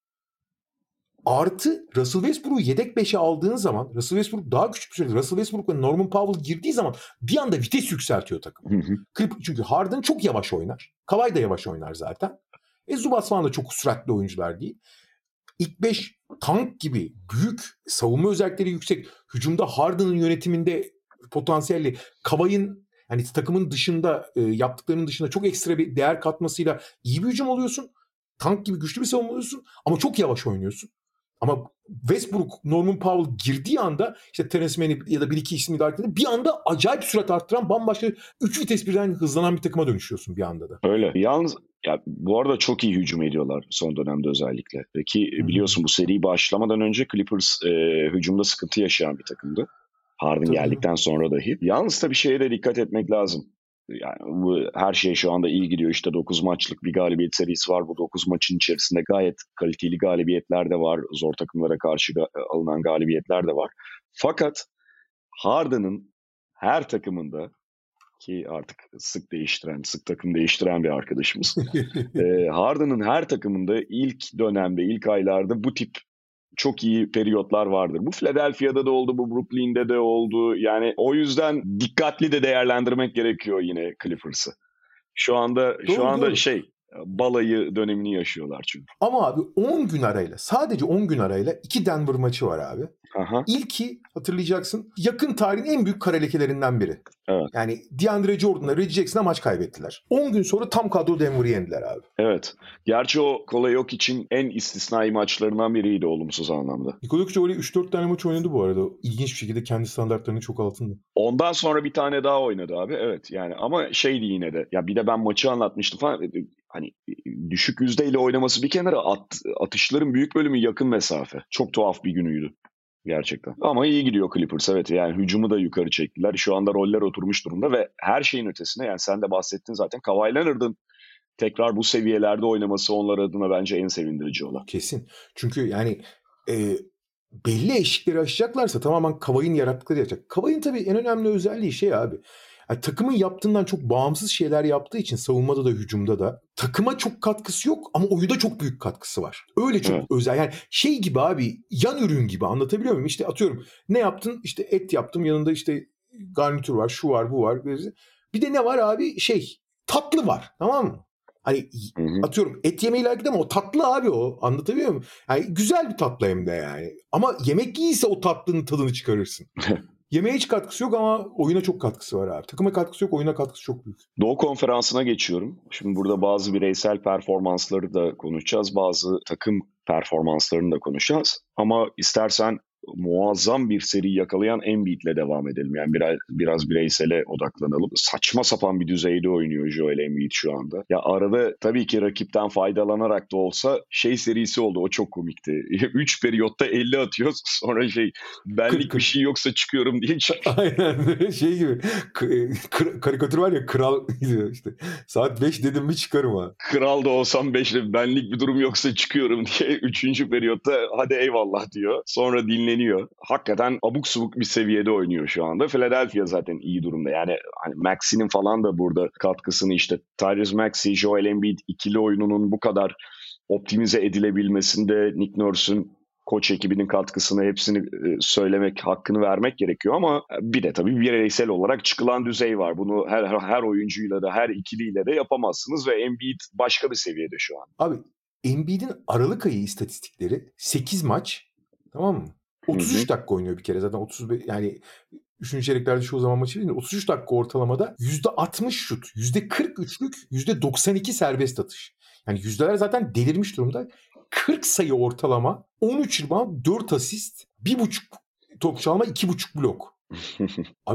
Artı Russell Westbrook'u yedek beşe aldığın zaman Russell Westbrook daha küçük bir sürede Russell Westbrook ve Norman Powell girdiği zaman bir anda vites yükseltiyor takım. Hı hı. Çünkü Harden çok yavaş oynar. Kawhi da yavaş oynar zaten. E Zubac falan da çok süratli oyuncular değil. İlk beş tank gibi büyük, savunma özellikleri yüksek, hücumda Harden'ın yönetiminde potansiyelli, Kawhi'nin yani takımın dışında e, yaptıklarının dışında çok ekstra bir değer katmasıyla iyi bir hücum oluyorsun. Tank gibi güçlü bir savunma oluyorsun ama çok yavaş oynuyorsun. Ama Westbrook, Norman Powell girdiği anda işte Terance Mann ya da bir iki ismi daha ekledi. Bir anda acayip sürat arttıran bambaşka üç vites birden hızlanan bir takıma dönüşüyorsun bir anda da.
Öyle. Yalnız ya bu arada çok iyi hücum ediyorlar son dönemde özellikle. Ki biliyorsun bu seri başlamadan önce Clippers e, hücumda sıkıntı yaşayan bir takımdı. Harden tabii geldikten sonra dahi. Yalnız tabii şeye de dikkat etmek lazım. Yani bu her şey şu anda iyi gidiyor. İşte dokuz maçlık bir galibiyet serisi var. Bu dokuz maçın içerisinde gayet kaliteli galibiyetler de var. Zor takımlara karşı alınan galibiyetler de var. Fakat Harden'ın her takımında, ki artık sık değiştiren, sık takım değiştiren bir arkadaşımız. e, Harden'ın her takımında ilk dönemde, ilk aylarda bu tip çok iyi periyotlar vardır. Bu Philadelphia'da da oldu, bu Brooklyn'de de oldu. Yani o yüzden dikkatli de değerlendirmek gerekiyor yine Clippers'ı. Şu anda doğru, şu anda doğru. şey balayı dönemini yaşıyorlar çünkü.
Ama abi on gün arayla, sadece on gün arayla iki Denver maçı var abi.
Aha.
İlki hatırlayacaksın, yakın tarihin en büyük kara lekelerinden biri.
Evet.
Yani DeAndre Jordan'la Reggie Jackson'a maç kaybettiler. on gün sonra tam kadro Denver'ı yendiler abi.
Evet. Gerçi o Nikola Jokic'in en istisnai maçlarından biriydi olumsuz anlamda.
Nikola Jokic öyle üç dört tane maç oynadı bu arada. İlginç bir şekilde kendi standartlarının çok altında.
Ondan sonra bir tane daha oynadı abi. Evet yani ama şeydi yine de. Ya bir de ben maçı anlatmıştım falan. Hani düşük yüzdeyle oynaması bir kenara, at, atışların büyük bölümü yakın mesafe. Çok tuhaf bir günüydü gerçekten. Ama iyi gidiyor Clippers, evet yani hücumu da yukarı çektiler. Şu anda roller oturmuş durumda ve her şeyin ötesine, yani sen de bahsettin zaten, Kawhi Leonard'ın tekrar bu seviyelerde oynaması onlar adına bence en sevindirici olan.
Kesin. Çünkü yani e, belli eşikleri aşacaklarsa tamamen Kawhi'nin yarattıkları yapacak. Kawhi'nin tabii en önemli özelliği şey abi. Yani takımın yaptığından çok bağımsız şeyler yaptığı için savunmada da hücumda da takıma çok katkısı yok ama oyunda çok büyük katkısı var. Öyle çok evet. özel. Yani şey gibi abi, yan ürün gibi, anlatabiliyor muyum? İşte atıyorum ne yaptın? İşte et yaptım, yanında işte garnitür var, şu var, bu var. Bir de ne var abi? Şey, tatlı var, tamam mı? Hani hı hı. atıyorum et yemeğiyle ilgili ama o tatlı abi, o, anlatabiliyor muyum? Yani güzel bir tatlı hem de yani. Ama yemek iyiyse o tatlının tadını çıkarırsın. Yemeğe hiç katkısı yok ama oyuna çok katkısı var abi. Takıma katkısı yok, oyuna katkısı çok büyük.
Doğu Konferansı'na geçiyorum. Şimdi burada bazı bireysel performansları da konuşacağız. Bazı takım performanslarını da konuşacağız. Ama istersen muazzam bir seri yakalayan Embiid'le devam edelim. Yani biraz biraz bireysele odaklanalım. Saçma sapan bir düzeyde oynuyor Joel Embiid şu anda. Ya arada tabii ki rakipten faydalanarak da olsa şey serisi oldu. O çok komikti. üç periyotta elli atıyor. Sonra şey, benlik bir şey yoksa çıkıyorum diye çıkıyor.
Aynen şey gibi. K- karikatür var ya, kral işte. Saat beş dedim mi çıkarım ha.
Kral da olsam beşte, benlik bir durum yoksa çıkıyorum diye üçüncü periyotta hadi eyvallah diyor. Sonra dinleniyor. Hakikaten abuk subuk bir seviyede oynuyor şu anda. Philadelphia zaten iyi durumda. Yani hani Maxi'nin falan da burada katkısını, işte Tyrese Maxey, Joel Embiid ikili oyununun bu kadar optimize edilebilmesinde Nick Nurse'un koç ekibinin katkısını, hepsini söylemek, hakkını vermek gerekiyor ama bir de tabii bireysel olarak çıkılan düzey var. Bunu her her oyuncuyla da, her ikiliyle de yapamazsınız ve Embiid başka bir seviyede şu an.
Abi Embiid'in Aralık ayı istatistikleri sekiz maç, tamam mı? otuz üç hı hı. dakika oynuyor bir kere zaten, otuz beş, yani üçüncü çeyreklerde çoğu zaman maçı değil mi? otuz üç dakika ortalamada yüzde altmış şut, yüzde kırk üçlük, yüzde doksan iki serbest atış. Yani yüzdeler zaten delirmiş durumda. kırk sayı ortalama, on üç rebound, dört asist, bir buçuk top çalma, iki buçuk blok. Abi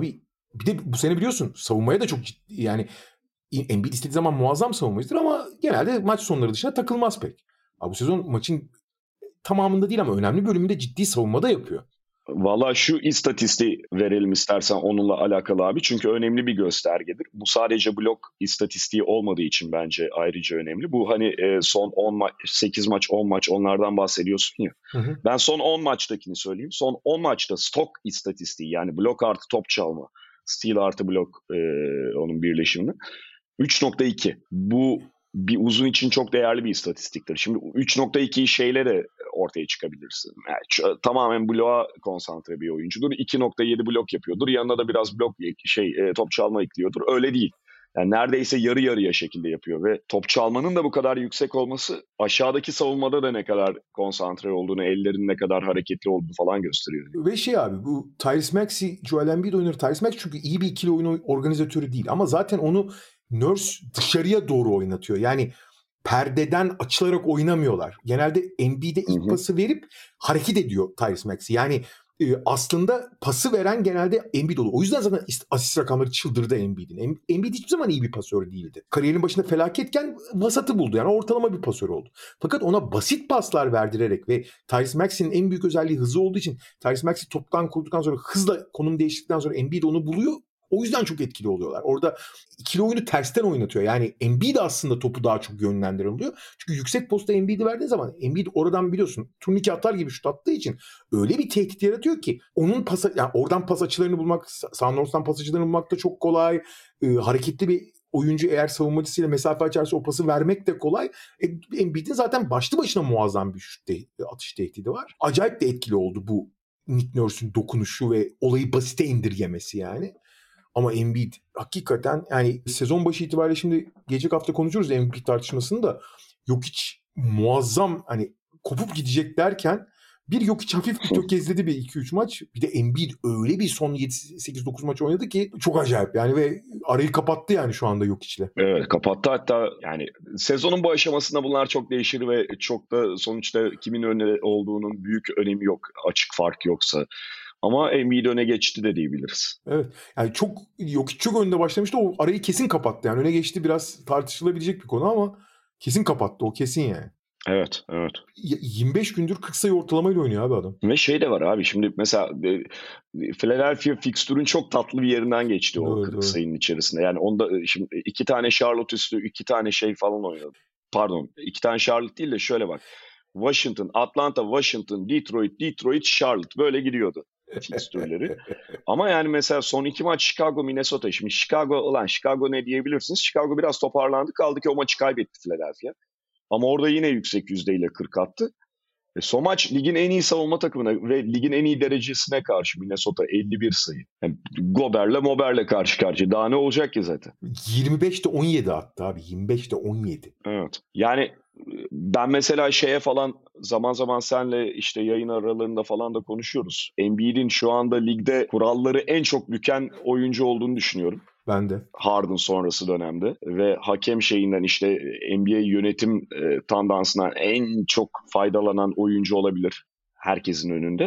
Bir de bu sene biliyorsun savunmaya da çok ciddi, yani Embiid istediği zaman muazzam savunmacıdır ama genelde maç sonları dışında takılmaz pek. Abi bu sezon maçın tamamında değil ama önemli bölümünde ciddi savunma da yapıyor.
Valla şu istatistiği verelim istersen onunla alakalı abi. Çünkü önemli bir göstergedir. Bu sadece blok istatistiği olmadığı için bence ayrıca önemli. Bu hani son on maç, sekiz maç, on maç onlardan bahsediyorsun ya. Hı hı. Ben son on maçtakini söyleyeyim. Son on maçta stok istatistiği, yani blok artı top çalma, steal artı blok, e, onun birleşimini üç nokta iki. Bu bir uzun için çok değerli bir istatistiktir. Şimdi üç nokta ikiyi şeyle de ortaya çıkabilirsin. Yani tamamen bloğa konsantre bir oyuncudur. iki nokta yedi blok yapıyordur. Yanına da biraz blok şey top çalma ekliyordur. Öyle değil. Yani neredeyse yarı yarıya şekilde yapıyor ve top çalmanın da bu kadar yüksek olması aşağıdaki savunmada da ne kadar konsantre olduğunu, ellerinin ne kadar hareketli olduğunu falan gösteriyor.
Ve şey abi, bu Tyrese Maxey, Joel Embiid oynar. Tyrese Maxey çünkü iyi bir ikili oyun organizatörü değil ama zaten onu Nurse dışarıya doğru oynatıyor. Yani perdeden açılarak oynamıyorlar. Genelde Embiid'e ilk pası verip hareket ediyor Tyrese Maxey. Yani e, aslında pası veren genelde Embiid oluyor. O yüzden zaten asist rakamları çıldırdı Embiid'in. Embiid hiçbir zaman iyi bir pasör değildi. Kariyerin başında felaketken vasatı buldu. Yani ortalama bir pasör oldu. Fakat ona basit paslar verdirerek ve Tyrese Maxey'nin en büyük özelliği hızı olduğu için Tyrese Maxey toptan kurduktan sonra hızla konum değiştirdikten sonra Embiid onu buluyor. O yüzden çok etkili oluyorlar. Orada ikili oyunu tersten oynatıyor. Yani Embiid aslında topu daha çok yönlendiriliyor. Çünkü yüksek posta Embiid'i verdiğin zaman Embiid oradan biliyorsun turnike atar gibi şut attığı için öyle bir tehdit yaratıyor ki onun pas, yani oradan pas açılarını bulmak, Sandors'tan pas açılarını bulmak da çok kolay. Ee, hareketli bir oyuncu eğer savunmacısıyla mesafe açarsa o pası vermek de kolay. E, Embiid'in zaten başlı başına muazzam bir şut te- atış tehdidi var. Acayip de etkili oldu bu Nick Nurse'ün dokunuşu ve olayı basite indirgemesi yani. Ama Embiid hakikaten, yani sezon başı itibariyle, şimdi gelecek hafta konuşuruz Embiid tartışmasını da, Jokic muazzam hani kopup gidecek derken bir Jokic hafif bir tökezledi bir iki üç maç. Bir de Embiid öyle bir son yedi sekiz dokuz maç oynadı ki çok acayip yani ve arayı kapattı yani şu anda Jokic'le.
Evet, kapattı. Hatta yani sezonun bu aşamasında bunlar çok değişir ve çok da sonuçta kimin önde olduğunun büyük önemi yok. Açık fark yoksa. Ama Embiid öne geçti de diyebiliriz.
Evet. Yani çok Jokic çok önde başlamıştı. O arayı kesin kapattı. Yani öne geçti, biraz tartışılabilecek bir konu ama kesin kapattı. O kesin yani.
Evet, evet.
yirmi beş gündür kırk sayı ortalamayla oynuyor abi adam.
Ve şey de var abi, şimdi mesela Philadelphia fikstürün çok tatlı bir yerinden geçti doğru, o kırk doğru. sayının içerisinde. Yani onda şimdi iki tane Charlotte üstü, iki tane şey falan oynadı. Pardon, iki tane Charlotte değil de şöyle bak. Washington, Atlanta, Washington, Detroit, Detroit, Charlotte böyle gidiyordu fikstürleri. Ama yani mesela son iki maç Chicago, Minnesota. Şimdi Chicago, ulan Chicago ne diyebilirsiniz? Chicago biraz toparlandı. Kaldı ki o maçı kaybetti Philadelphia. Ama orada yine yüksek yüzdeyle kırk attı. E son maç ligin en iyi savunma takımına ve ligin en iyi derecesine karşı Minnesota elli bir sayı. Yani Gober'le Mober'le karşı karşıya. Daha ne olacak ki zaten?
yirmi beşte on yedi attı abi. yirmi beşte on yedi.
Evet. Yani ben mesela şeye falan zaman zaman senle işte yayın aralarında falan da konuşuyoruz. Embiid'in şu anda ligde kuralları en çok büken oyuncu olduğunu düşünüyorum.
Ben de.
Harden sonrası dönemde ve hakem şeyinden işte N B A yönetim e, tandansından en çok faydalanan oyuncu olabilir herkesin önünde.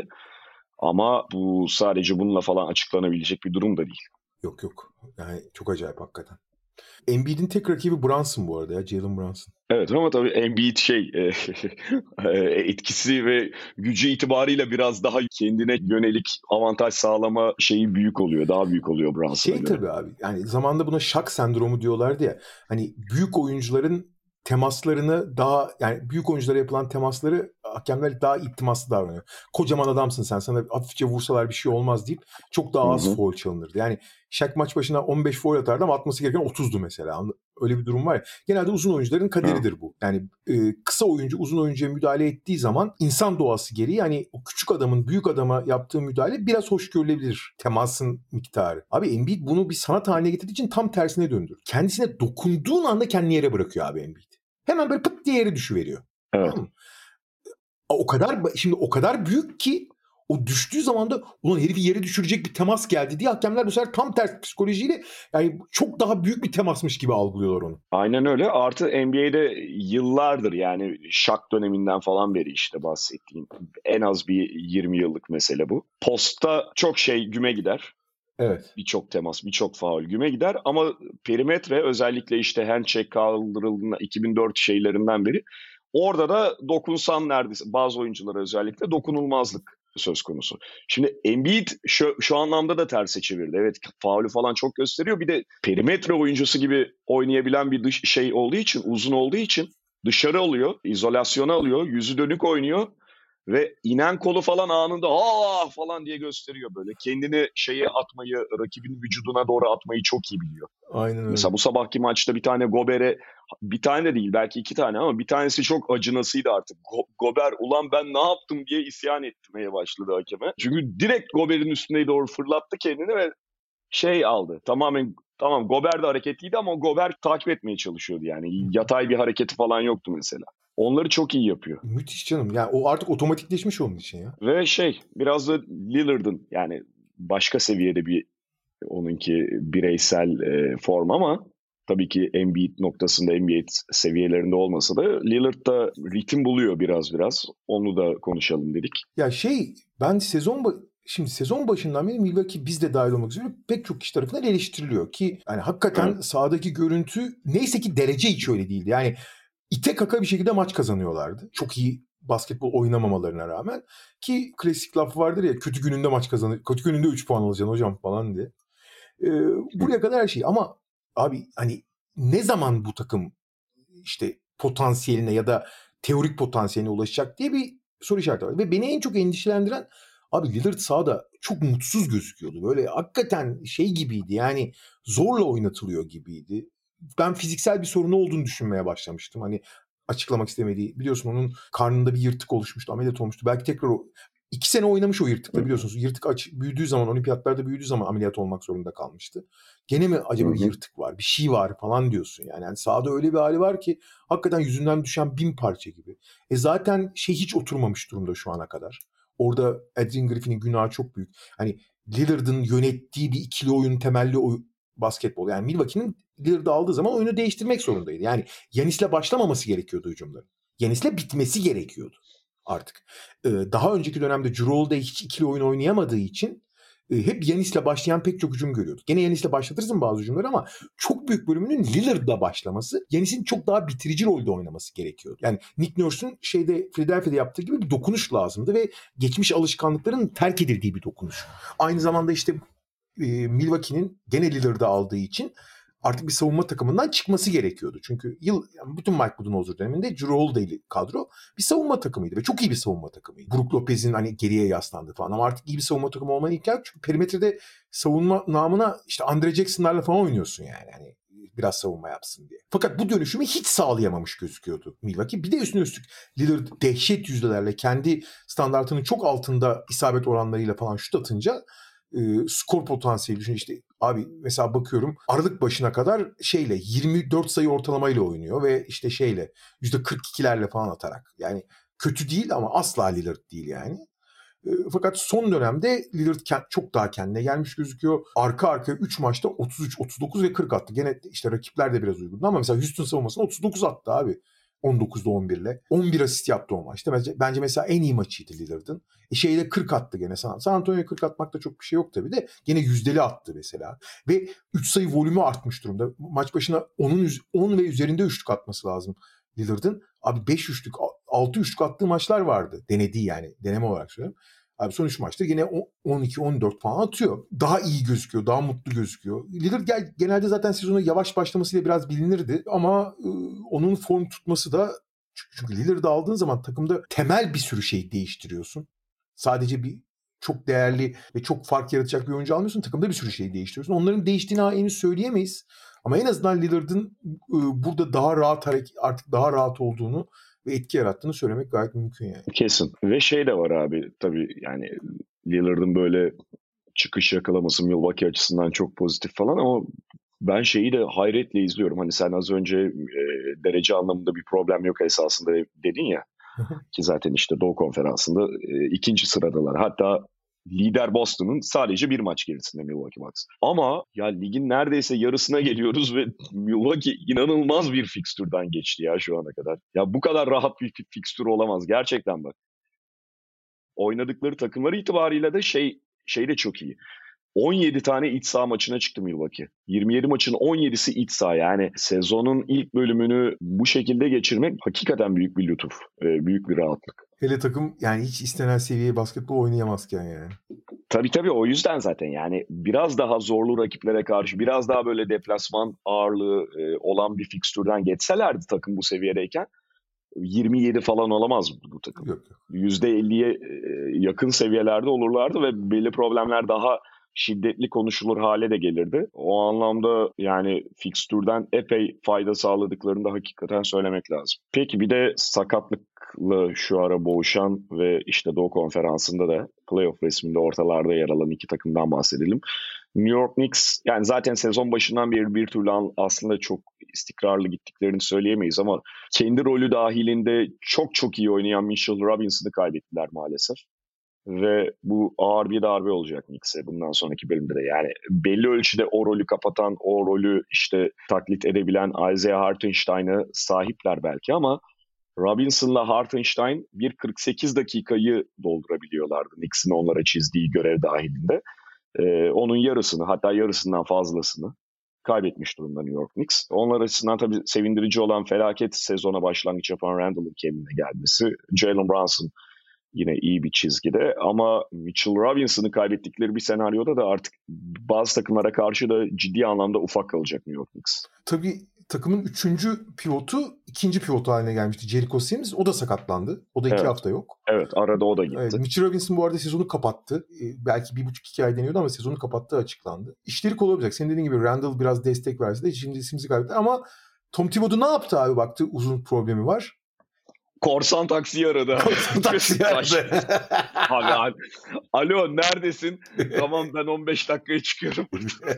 Ama bu sadece bununla falan açıklanabilecek bir durum da değil.
Yok yok. Yani çok acayip hakikaten. Embiid'in tek rakibi Brunson bu arada ya, Jalen Brunson.
Evet ama tabii Embiid şey e, etkisi ve gücü itibarıyla biraz daha kendine yönelik avantaj sağlama şeyi büyük oluyor. Daha büyük oluyor Brunson'a
Şey
göre.
Tabii abi, yani zamanında buna Shaq sendromu diyorlardı ya. Hani büyük oyuncuların temaslarını daha, yani büyük oyunculara yapılan temasları hakemler daha iltimaslı davranıyor. Kocaman adamsın sen, sana hafifçe vursalar bir şey olmaz deyip çok daha az foul çalınırdı. Yani Shaq maç başına on beş foul atardı ama atması gereken otuzdu mesela. Öyle bir durum var ya. Genelde uzun oyuncuların kaderidir Hı. bu. Yani e, kısa oyuncu uzun oyuncuya müdahale ettiği zaman insan doğası gereği, yani o küçük adamın büyük adama yaptığı müdahale biraz hoş görülebilir, temasın miktarı. Abi Embiid bunu bir sanat haline getirdiği için tam tersine döndür. Kendisine dokunduğun anda kendini yere bırakıyor abi Embiid. Hemen böyle pıt diye yere düşüveriyor.
Evet.
Tamam mı? O kadar şimdi o kadar büyük ki o düştüğü zaman da ulan herifi yere düşürecek bir temas geldi diye hakemler bu sefer tam ters psikolojiyle, yani çok daha büyük bir temasmış gibi algılıyorlar onu.
Aynen öyle. Artı N B A'de yıllardır, yani Shaq döneminden falan beri işte bahsettiğim en az bir yirmi yıllık mesele bu. Posta çok şey güme gider.
Evet.
Birçok temas, birçok faul güme gider ama perimetre özellikle işte handshake kaldırıldığında iki bin dört şeylerinden beri orada da dokunsan neredeyse bazı oyunculara özellikle dokunulmazlık söz konusu. Şimdi Embiid şu, şu anlamda da terse çevirdi. Evet faulü falan çok gösteriyor. Bir de perimetre oyuncusu gibi oynayabilen bir dış şey olduğu için, uzun olduğu için dışarı alıyor, izolasyona alıyor, yüzü dönük oynuyor. Ve inen kolu falan anında aa falan diye gösteriyor böyle. Kendini şeye atmayı, rakibin vücuduna doğru atmayı çok iyi biliyor.
Aynen öyle.
Mesela bu sabahki maçta bir tane Gober'e, bir tane de değil belki iki tane ama bir tanesi çok acınasıydı artık. Go- Gober ulan ben ne yaptım diye isyan etmeye başladı hakeme. Çünkü direkt Gober'in üstüne doğru fırlattı kendini ve şey aldı. Tamamen tamam Gober de hareketliydi ama Gober takip etmeye çalışıyordu yani. Yatay bir hareketi falan yoktu mesela. Onları çok iyi yapıyor.
Müthiş canım. Yani o artık otomatikleşmiş onun için ya.
Ve şey biraz da Lillard'ın yani başka seviyede bir onunki bireysel e, form ama tabii ki Embiid noktasında N B A seviyelerinde olmasa da Lillard da ritim buluyor biraz biraz. Onu da konuşalım dedik.
Ya şey ben sezon ba- şimdi sezon başından beri Milwaukee biz de dahil olmak üzere pek çok kişi tarafından eleştiriliyor ki yani hakikaten
Evet.
sahadaki görüntü neyse ki derece hiç öyle değildi. Yani ite kaka bir şekilde maç kazanıyorlardı. Çok iyi basketbol oynamamalarına rağmen ki klasik laf vardır ya kötü gününde maç kazanır. Kötü gününde üç puan alacaksın hocam falan diye. Ee, buraya kadar her şey ama abi hani ne zaman bu takım işte potansiyeline ya da teorik potansiyeline ulaşacak diye bir soru işareti var. Ve beni en çok endişelendiren abi Lillard sahada çok mutsuz gözüküyordu. Böyle hakikaten şey gibiydi yani zorla oynatılıyor gibiydi. Ben fiziksel bir sorunu olduğunu düşünmeye başlamıştım. Hani açıklamak istemediği. Biliyorsun onun karnında bir yırtık oluşmuştu. Ameliyat olmuştu. Belki tekrar o iki sene oynamış o yırtıkla biliyorsunuz. Yırtık aç, büyüdüğü zaman olimpiyatlarda büyüdüğü zaman ameliyat olmak zorunda kalmıştı. Gene mi acaba bir yırtık var? Bir şey var falan diyorsun yani. Yani sahada öyle bir hali var ki hakikaten yüzünden düşen bin parça gibi. E zaten şey hiç oturmamış durumda şu ana kadar. Orada Adrian Griffin'in günahı çok büyük. Hani Lillard'ın yönettiği bir ikili oyun temelli oy- basketbol. Yani Milwaukee'nin Lillard'ı aldığı zaman oyunu değiştirmek zorundaydı. Yani Yanis'le başlamaması gerekiyordu hücumların. Yanis'le bitmesi gerekiyordu artık. Ee, daha önceki dönemde Cirolde hiç ikili oyun oynayamadığı için e, hep Yanis'le başlayan pek çok hücum görüyorduk. Gene Yanis'le başlatırsın bazı hücumları ama çok büyük bölümünün Lillard'la başlaması, Yanis'in çok daha bitirici rolde oynaması gerekiyordu. Yani Nick Nurse'un şeyde Philadelphia'da yaptığı gibi bir dokunuş lazımdı ve geçmiş alışkanlıkların terk edildiği bir dokunuş. Aynı zamanda işte e, Milwaukee'nin gene Lillard'ı aldığı için artık bir savunma takımından çıkması gerekiyordu. Çünkü yıl yani bütün Mike Budenholzer döneminde Jrue Holiday'li kadro bir savunma takımıydı ve çok iyi bir savunma takımıydı. Brook Lopez'in hani geriye yaslandığı falan ama artık iyi bir savunma takımı olmanın imkanı yok. Çünkü perimetrede savunma namına işte Andre Jackson'larla falan oynuyorsun yani. Hani biraz savunma yapsın diye. Fakat bu dönüşümü hiç sağlayamamış gözüküyordu Milwaukee. Bir de üstüne üstlük Lillard dehşet yüzdelerle kendi standartının çok altında isabet oranlarıyla falan şut atınca e, skor potansiyeli düşün işte abi mesela bakıyorum Aralık başına kadar şeyle yirmi dört sayı ortalamayla oynuyor ve işte şeyle yüzde kırk ikilerle falan atarak yani kötü değil ama asla Lillard değil yani. E, fakat son dönemde Lillard çok daha kendine gelmiş gözüküyor. Arka arkaya üç maçta otuz üç, otuz dokuz ve kırk attı. Gene işte rakipler de biraz uygundu ama mesela Houston savunmasına otuz dokuz attı abi. on dokuzda on birle. on bir asist yaptı o maçta. Bence, bence mesela en iyi maçıydı Lillard'ın. E şeyde kırk attı gene. San, San Antonio'ya kırk atmakta çok bir şey yok tabii de. Gene yüzdeli attı mesela. Ve üç sayı volümü artmış durumda. Maç başına onun on ve üzerinde üçlük atması lazım Lillard'ın. Abi beş üçlük, altı üçlük attığı maçlar vardı. Denediği yani. Deneme olarak söylüyorum. Abi son üç maçta yine on iki on dört falan atıyor. Daha iyi gözüküyor, daha mutlu gözüküyor. Lillard genelde zaten sezona yavaş başlamasıyla biraz bilinirdi ama e, onun form tutması da çünkü Lillard'ı aldığın zaman takımda temel bir sürü şey değiştiriyorsun. Sadece bir çok değerli ve çok fark yaratacak bir oyuncu almıyorsun. Takımda bir sürü şey değiştiriyorsun. Onların değiştiğini henüz söyleyemeyiz. Ama en azından Lillard'ın e, burada daha rahat hareket, artık daha rahat olduğunu ve etki yarattığını söylemek gayet mümkün yani.
Kesin. Ve şey de var abi tabii yani Lillard'ın böyle çıkış yakalaması Milwaukee açısından çok pozitif falan ama ben şeyi de hayretle izliyorum. Hani sen az önce e, derece anlamında bir problem yok esasında dedin ya. Ki zaten işte Doğu Konferansı'nda e, ikinci sıradalar. Hatta lider Boston'ın sadece bir maç gerisinde Milwaukee Bucks. Ama ya ligin neredeyse yarısına geliyoruz ve Milwaukee inanılmaz bir fikstürden geçti ya şu ana kadar. Ya bu kadar rahat bir fikstür olamaz gerçekten bak. Oynadıkları takımları itibariyle de şey şey de çok iyi. on yedi tane iç saha maçına çıktı Milwaukee. yirmi yedi maçın on yedisi iç saha. Yani sezonun ilk bölümünü bu şekilde geçirmek hakikaten büyük bir lütuf. Büyük bir rahatlık.
Hele takım yani hiç istenen seviyeye basketbol oynayamazken yani.
Tabii tabii o yüzden zaten yani biraz daha zorlu rakiplere karşı biraz daha böyle deplasman ağırlığı e, olan bir fikstürden geçselerdi takım bu seviyedeyken yirmi yedi falan olamaz bu takım.
Yok, yok.
yüzde elliye e, yakın seviyelerde olurlardı ve belli problemler daha şiddetli konuşulur hale de gelirdi. O anlamda yani fikstürden epey fayda sağladıklarını da hakikaten söylemek lazım. Peki bir de sakatlıkla şu ara boğuşan ve işte Doğu Konferansı'nda da playoff resminde ortalarda yer alan iki takımdan bahsedelim. New York Knicks yani zaten sezon başından beri bir türlü aslında çok istikrarlı gittiklerini söyleyemeyiz ama kendi rolü dahilinde çok çok iyi oynayan Mitchell Robinson'ı kaybettiler maalesef. Ve bu ağır bir darbe olacak Knicks'e bundan sonraki bölümde de. Yani belli ölçüde o rolü kapatan, o rolü işte taklit edebilen Isaiah Hartenstein'ı sahipler belki ama Robinson'la Hartenstein bir kırk sekiz dakikayı doldurabiliyorlardı Knicks'in onlara çizdiği görev dahilinde. Ee, onun yarısını hatta yarısından fazlasını kaybetmiş durumda New York Knicks. Onlar açısından tabii sevindirici olan felaket sezona başlangıç yapan Randall'ın kendine gelmesi. Jalen Brunson yine iyi bir çizgide ama Mitchell Robinson'ı kaybettikleri bir senaryoda da artık bazı takımlara karşı da ciddi anlamda ufak kalacak New York Knicks.
Tabii takımın üçüncü pivotu ikinci pivot haline gelmişti. Jericho Sims. O da sakatlandı. O da iki
evet.
hafta yok.
Evet arada o da gitti.
Evet, Mitchell Robinson bu arada sezonu kapattı. Ee, belki bir buçuk iki ay deniyordu ama sezonu kapattığı açıklandı. İşleri kolay olacak. Senin dediğin gibi Randall biraz destek verse de şimdi Sims'i kaybetti ama Tom Thibodeau ne yaptı abi? Baktı uzun problemi var.
Korsan taksi aradı.
Korsan taksi aradı.
Abi, alo neredesin? Tamam ben on beş dakikaya çıkıyorum.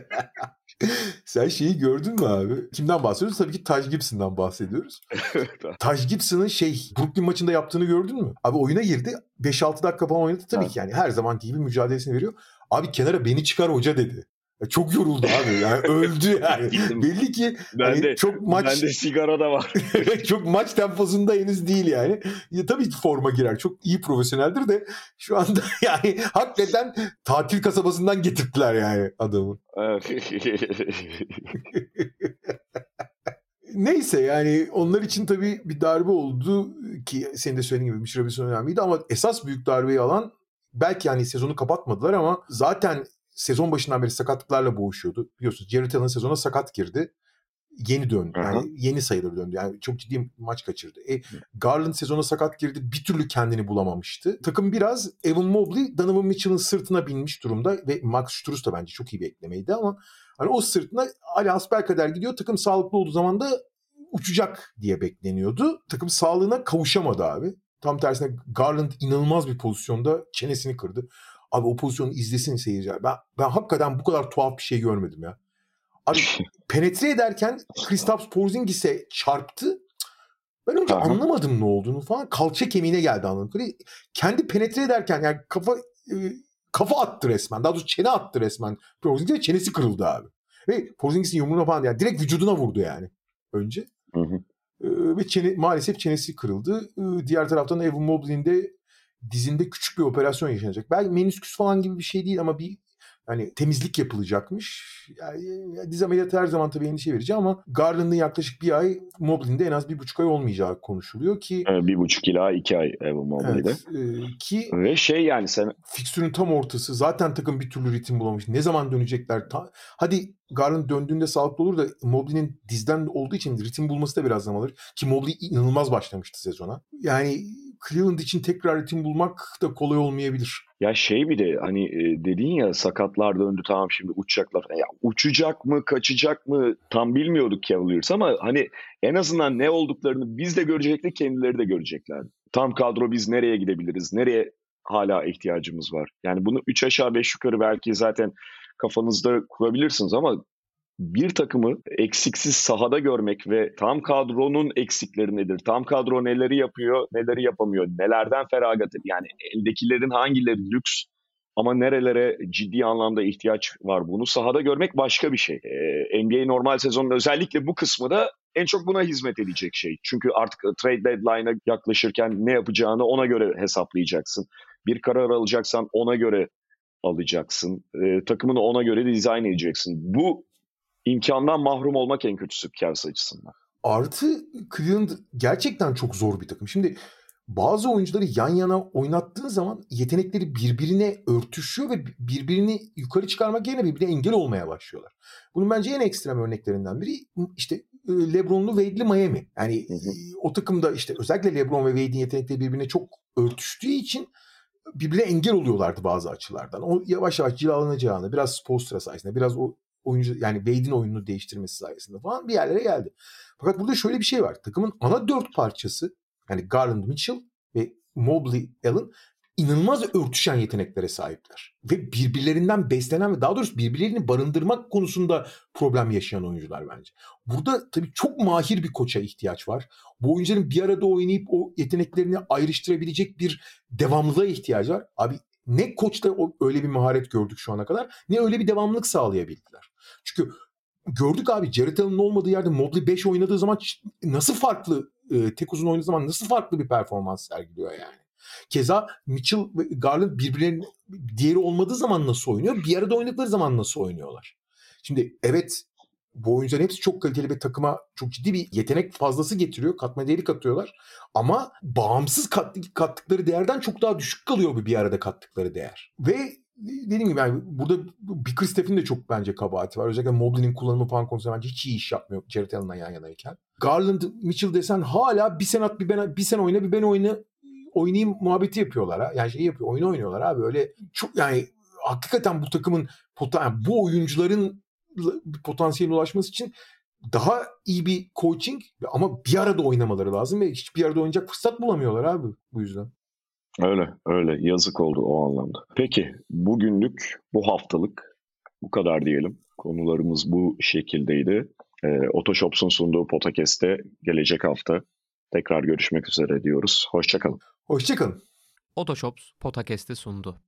Sen şeyi gördün mü abi? Kimden bahsediyoruz? Tabii ki Taj Gibson'dan bahsediyoruz. Taj Gibson'ın şey Brooklyn maçında yaptığını gördün mü? Abi oyuna girdi. beş altı dakika falan oynadı. Tabii evet. ki yani her zamanki gibi mücadelesini veriyor. Abi kenara beni çıkar hoca dedi. Çok yoruldu abi. Yani öldü yani. Belli ki
ben
hani
de,
çok maç
bende sigara da var.
çok maç temposunda henüz değil yani. Ya, tabii ki forma girer. Çok iyi profesyoneldir de şu anda yani hakikaten tatil kasabasından getirdiler yani adamı. Neyse yani onlar için tabii bir darbe oldu ki senin de söylediğin gibi Mitchell Robinson önemliydi ama esas büyük darbeyi alan belki yani sezonu kapatmadılar ama zaten sezon başından beri sakatlıklarla boğuşuyordu. Biliyorsunuz Jared Allen sezona sakat girdi. Yeni döndü. Yani uh-huh. yeni sayılır döndü. Yani çok ciddi maç kaçırdı. E, Garland sezona sakat girdi. Bir türlü kendini bulamamıştı. Takım biraz Evan Mobley, Donovan Mitchell'ın sırtına binmiş durumda ve Max Strus da bence çok iyi bir eklemeydi ama hani o sırtına Ali Asbelkader gidiyor. Takım sağlıklı olduğu zaman da uçacak diye bekleniyordu. Takım sağlığına kavuşamadı abi. Tam tersine Garland inanılmaz bir pozisyonda çenesini kırdı. Abi o pozisyonu izlesin seyirciler. Ben, ben hakikaten bu kadar tuhaf bir şey görmedim ya. Abi penetre ederken Kristaps Porzingis'e çarptı. Ben önce Aha. anlamadım ne olduğunu falan. Kalça kemiğine geldi anladım. Kendi penetre ederken yani kafa e, kafa attı resmen. Daha doğrusu çene attı resmen. Porzingis'e çenesi kırıldı abi. Ve Porzingis'in yumruğuna falan yani direkt vücuduna vurdu yani önce. Hı hı. E, ve çene, maalesef çenesi kırıldı. E, diğer taraftan Evan Mobley'in de dizinde küçük bir operasyon yaşanacak. Belki menisküs falan gibi bir şey değil ama bir hani temizlik yapılacakmış. Yani, diz ameliyatı her zaman tabii endişe verici ama Garland'ın yaklaşık bir ay, Mobley'in de en az bir buçuk ay olmayacağı konuşuluyor ki.
Evet, bir buçuk ila iki ay Evan Mobley'de. Evet,
e, ki
ve şey yani sen.
Fikstürün tam ortası. Zaten takım bir türlü ritim bulamamış. Ne zaman dönecekler? Ta, hadi Garland döndüğünde sağlıklı olur da Mobley'nin dizden olduğu için ritim bulması da biraz zaman alır. Ki Mobley inanılmaz başlamıştı sezona. Yani Cleveland için tekrar ritim bulmak da kolay olmayabilir.
Ya şey bir de hani e, dedin ya sakatlar döndü tamam şimdi uçacaklar. Ya uçacak mı kaçacak mı tam bilmiyorduk Cavaliers ama hani en azından ne olduklarını biz de görecektik kendileri de görecekler. Tam kadro biz nereye gidebiliriz? Nereye hala ihtiyacımız var? Yani bunu üç aşağı beş yukarı belki zaten kafanızda kurabilirsiniz ama bir takımı eksiksiz sahada görmek ve tam kadronun eksikleri nedir? Tam kadro neleri yapıyor, neleri yapamıyor? Nelerden feragat ediyor? Yani eldekilerin hangileri lüks ama nerelere ciddi anlamda ihtiyaç var? Bunu sahada görmek başka bir şey. Ee, N B A normal sezonun özellikle bu kısmı da en çok buna hizmet edecek şey. Çünkü artık trade deadline'a yaklaşırken ne yapacağını ona göre hesaplayacaksın. Bir karar alacaksan ona göre alacaksın. E, takımını ona göre dizayn edeceksin. Bu imkandan mahrum olmak en kötüsü Cavs açısından.
Artı Cleveland gerçekten çok zor bir takım. Şimdi bazı oyuncuları yan yana oynattığın zaman yetenekleri birbirine örtüşüyor ve birbirini yukarı çıkarmak yerine birbirine engel olmaya başlıyorlar. Bunun bence en ekstrem örneklerinden biri işte LeBron'lu Wade'li Miami. Yani hı hı. O takımda işte özellikle LeBron ve Wade'in yetenekleri birbirine çok örtüştüğü için birbirine engel oluyorlardı bazı açılardan. O yavaş yavaş cilalanacağını, biraz Spoelstra sayesinde, biraz o oyuncu yani Wade'in oyununu değiştirmesi sayesinde falan bir yerlere geldi. Fakat burada şöyle bir şey var. Takımın ana dört parçası yani Garland, Mitchell ve Mobley, Allen inanılmaz örtüşen yeteneklere sahipler. Ve birbirlerinden beslenen ve daha doğrusu birbirlerini barındırmak konusunda problem yaşayan oyuncular bence. Burada tabii çok mahir bir koça ihtiyaç var. Bu oyuncuların bir arada oynayıp o yeteneklerini ayrıştırabilecek bir devamlılığa ihtiyacı var. Abi ne koçta öyle bir maharet gördük şu ana kadar ne öyle bir devamlılık sağlayabildiler. Çünkü gördük abi Jarrett Allen'ın olmadığı yerde Mobley beş oynadığı zaman nasıl farklı e, tek uzun oynadığı zaman nasıl farklı bir performans sergiliyor yani. Keza Mitchell ve Garland birbirlerinin diğeri olmadığı zaman nasıl oynuyor? Bir arada oynadıkları zaman nasıl oynuyorlar? Şimdi evet bu oyuncuların hepsi çok kaliteli ve takıma çok ciddi bir yetenek fazlası getiriyor. Katma değeri katıyorlar. Ama bağımsız kat, kattıkları değerden çok daha düşük kalıyor bir arada kattıkları değer. Ve dediğim gibi yani burada bir Kristaps de çok bence kabahati var. Özellikle Mobley'nin kullanımı falan konusunda bence hiç iyi iş yapmıyor Jarrett Allen'la yan yanayken. Garland, Mitchell desen hala bir sen at bir ben bir sen oyna bir ben oyna oynayayım muhabbeti yapıyorlar ha. Yani şey yapıyor, oyunu oynuyorlar abi. Öyle çok yani hakikaten bu takımın poten, bu oyuncuların potansiyeline ulaşması için daha iyi bir coaching ama bir arada oynamaları lazım ve hiçbir arada oynayacak fırsat bulamıyorlar abi bu yüzden.
Öyle öyle yazık oldu o anlamda. Peki bugünlük bu haftalık bu kadar diyelim. Konularımız bu şekildeydi. E, Otoshops'un sunduğu podcast'te gelecek hafta tekrar görüşmek üzere diyoruz. Hoşça kalın.
Hoşça kalın.
Otoshops podcast'i sundu.